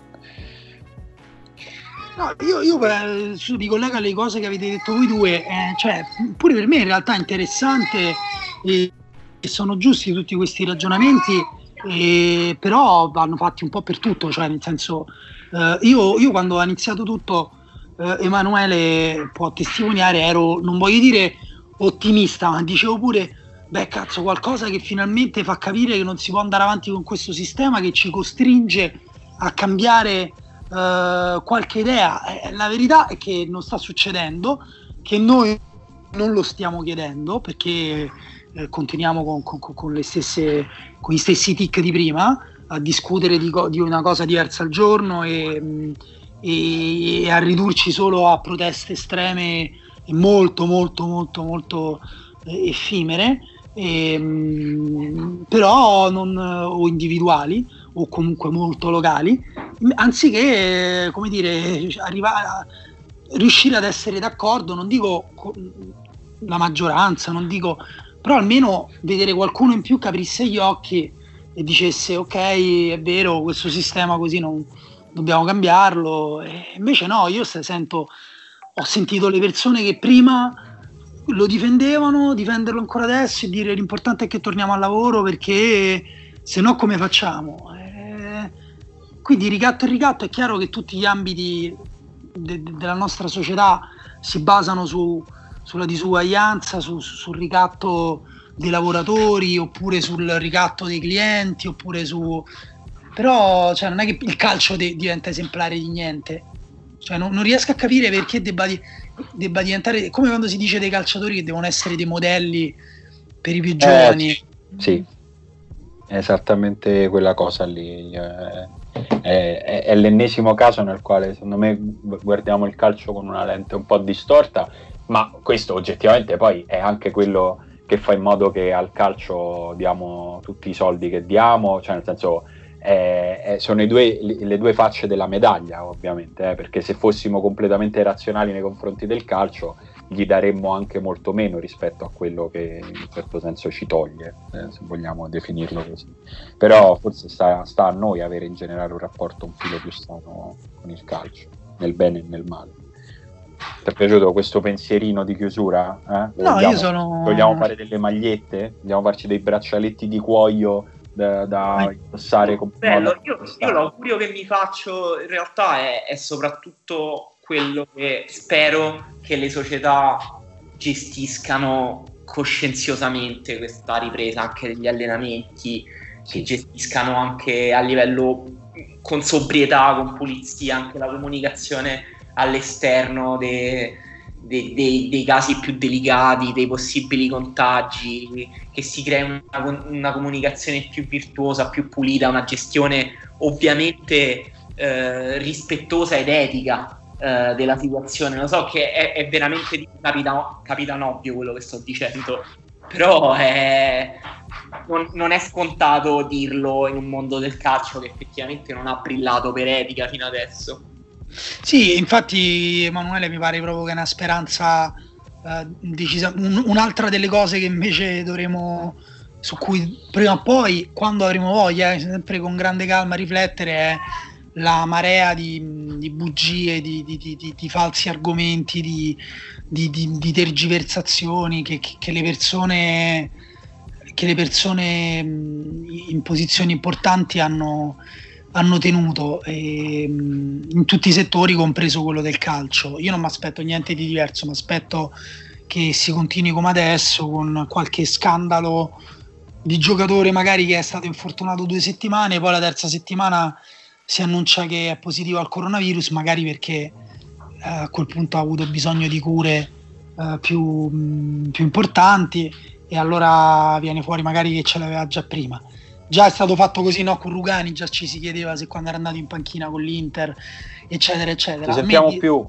S2: No, io mi collego alle cose che avete detto voi due, cioè pure per me in realtà è interessante e sono giusti tutti questi ragionamenti, però vanno fatti un po' per tutto, cioè nel senso io quando ho iniziato tutto, Emanuele può testimoniare, ero, non voglio dire ottimista, ma dicevo pure cazzo, qualcosa che finalmente fa capire che non si può andare avanti con questo sistema che ci costringe a cambiare qualche idea. La verità è che non sta succedendo, che noi non lo stiamo chiedendo, perché continuiamo con gli stessi tic di prima, a discutere di una cosa diversa al giorno, e e a ridurci solo a proteste estreme e molto molto molto molto effimere, però non, o individuali o comunque molto locali, anziché come dire riuscire ad essere d'accordo, non dico la maggioranza, non dico, però almeno vedere qualcuno in più che aprisse gli occhi e dicesse ok, è vero, questo sistema così non dobbiamo cambiarlo. E invece no, io ho sentito le persone che prima lo difenderlo ancora adesso e dire l'importante è che torniamo al lavoro, perché se no come facciamo? Quindi ricatto e ricatto, è chiaro che tutti gli ambiti della nostra società si basano sulla disuguaglianza, sul ricatto dei lavoratori, oppure sul ricatto dei clienti, oppure però cioè, non è che il calcio diventa esemplare di niente, cioè, non riesco a capire perché debba diventare come quando si dice dei calciatori che devono essere dei modelli per i più giovani.
S1: Sì, è esattamente quella cosa lì. È l'ennesimo caso nel quale secondo me guardiamo il calcio con una lente un po' distorta, ma questo oggettivamente poi è anche quello che fa in modo che al calcio diamo tutti i soldi che diamo, cioè nel senso sono le due facce della medaglia, ovviamente, perché se fossimo completamente razionali nei confronti del calcio gli daremmo anche molto meno rispetto a quello che in un certo senso ci toglie, se vogliamo definirlo così. Però forse sta a noi avere in generale un rapporto un filo più sano con il calcio, nel bene e nel male. Ti è piaciuto questo pensierino di chiusura?
S2: No,
S1: vogliamo fare delle magliette? Vogliamo farci dei braccialetti di cuoio da indossare con
S3: bello. Io l'augurio che mi faccio in realtà è soprattutto quello che spero che le società gestiscano coscienziosamente questa ripresa anche degli allenamenti, che gestiscano anche a livello con sobrietà, con pulizia, anche la comunicazione all'esterno dei casi più delicati, dei possibili contagi, che si crea una comunicazione più virtuosa, più pulita, una gestione ovviamente rispettosa ed etica della situazione. Lo so che è veramente capitano quello che sto dicendo, però non è scontato dirlo in un mondo del calcio che effettivamente non ha brillato per etica fino adesso.
S2: Sì, infatti Emanuele mi pare proprio che è una speranza decisa. Un'altra delle cose che invece su cui prima o poi, quando avremo voglia, sempre con grande calma riflettere, è la marea di bugie, di falsi argomenti, di tergiversazioni che le persone in posizioni importanti hanno tenuto, in tutti i settori, compreso quello del calcio. Io non mi aspetto niente di diverso, mi aspetto che si continui come adesso, con qualche scandalo di giocatore magari che è stato infortunato 2 settimane, poi la terza settimana si annuncia che è positivo al coronavirus, magari perché a quel punto ha avuto bisogno di cure più importanti, e allora viene fuori magari che ce l'aveva già prima. Già è stato fatto così, no? Con Rugani già ci si chiedeva se quando era andato in panchina con l'Inter, eccetera eccetera.
S1: Ci sentiamo più.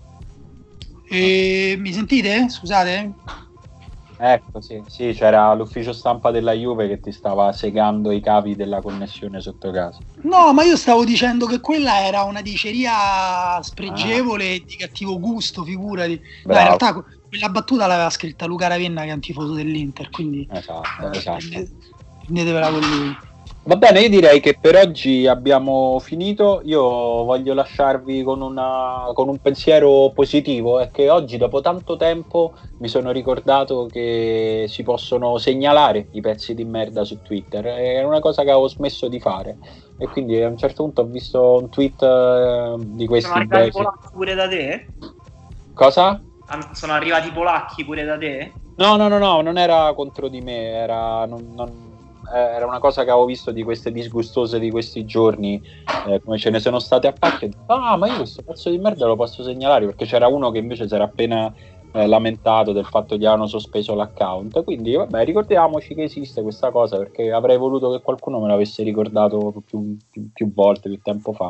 S2: Mi sentite? Scusate?
S1: Ecco, sì, c'era l'ufficio stampa della Juve che ti stava segando i cavi della connessione sotto casa.
S2: No, ma io stavo dicendo che quella era una diceria spregevole e di cattivo gusto, figurati. No, in realtà quella battuta l'aveva scritta Luca Ravenna, che è un tifoso dell'Inter, quindi
S1: esatto.
S2: Prendetevela con lui.
S1: Va bene, io direi che per oggi abbiamo finito. Io voglio lasciarvi con un pensiero positivo, è che oggi, dopo tanto tempo, mi sono ricordato che si possono segnalare i pezzi di merda su Twitter. È una cosa che avevo smesso di fare, e quindi a un certo punto ho visto un tweet di questi.
S3: Sono arrivati polacchi pure da te?
S1: Cosa?
S3: Sono arrivati polacchi pure da te?
S1: No, non era contro di me, era una cosa che avevo visto di queste disgustose di questi giorni, come ce ne sono state a pacche. Ma io questo pezzo di merda lo posso segnalare, perché c'era uno che invece si era appena lamentato del fatto che hanno sospeso l'account. Quindi vabbè, ricordiamoci che esiste questa cosa, perché avrei voluto che qualcuno me l'avesse ricordato più volte, più tempo fa,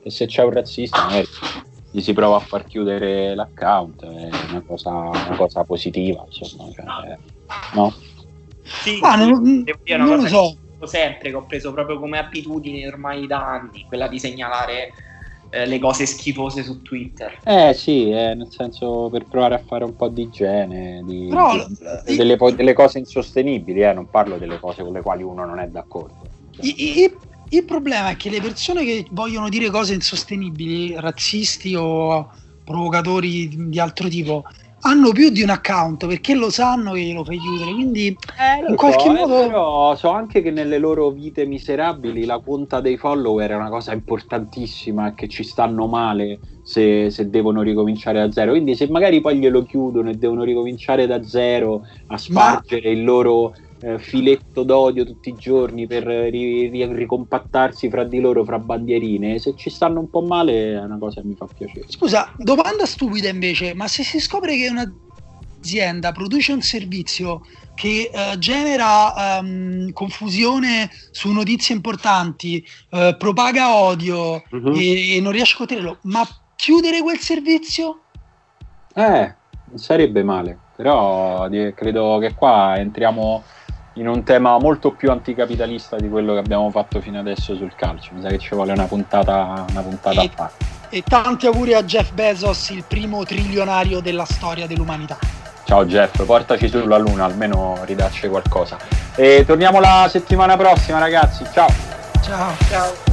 S1: E se c'è un razzista magari gli si prova a far chiudere l'account, è una cosa positiva, insomma, cioè, no?
S3: Sì,
S2: non
S3: una
S2: lo so.
S3: Sempre che ho preso proprio come abitudine ormai da anni, quella di segnalare le cose schifose su Twitter.
S1: Sì, nel senso, per provare a fare un po' di igiene, delle cose insostenibili, non parlo delle cose con le quali uno non è d'accordo.
S2: Il problema è che le persone che vogliono dire cose insostenibili, razzisti o provocatori di altro tipo, hanno più di un account, perché lo sanno che glielo fai chiudere, quindi in qualche modo...
S1: Però so anche che nelle loro vite miserabili la conta dei follower è una cosa importantissima e che ci stanno male se devono ricominciare da zero, quindi se magari poi glielo chiudono e devono ricominciare da zero a spargere il loro filetto d'odio tutti i giorni per ricompattarsi fra di loro, fra bandierine, se ci stanno un po' male è una cosa che mi fa piacere.
S2: Scusa, domanda stupida invece, ma se si scopre che un'azienda produce un servizio che genera confusione su notizie importanti, propaga odio e non riesce a contenerlo, ma chiudere quel servizio?
S1: Non sarebbe male, però credo che qua entriamo in un tema molto più anticapitalista di quello che abbiamo fatto fino adesso sul calcio. Mi sa che ci vuole una puntata a parte.
S2: E tanti auguri a Jeff Bezos, il primo trilionario della storia dell'umanità.
S1: Ciao Jeff, portaci sulla luna, almeno ridacci qualcosa. E torniamo la settimana prossima, ragazzi. Ciao.
S2: Ciao.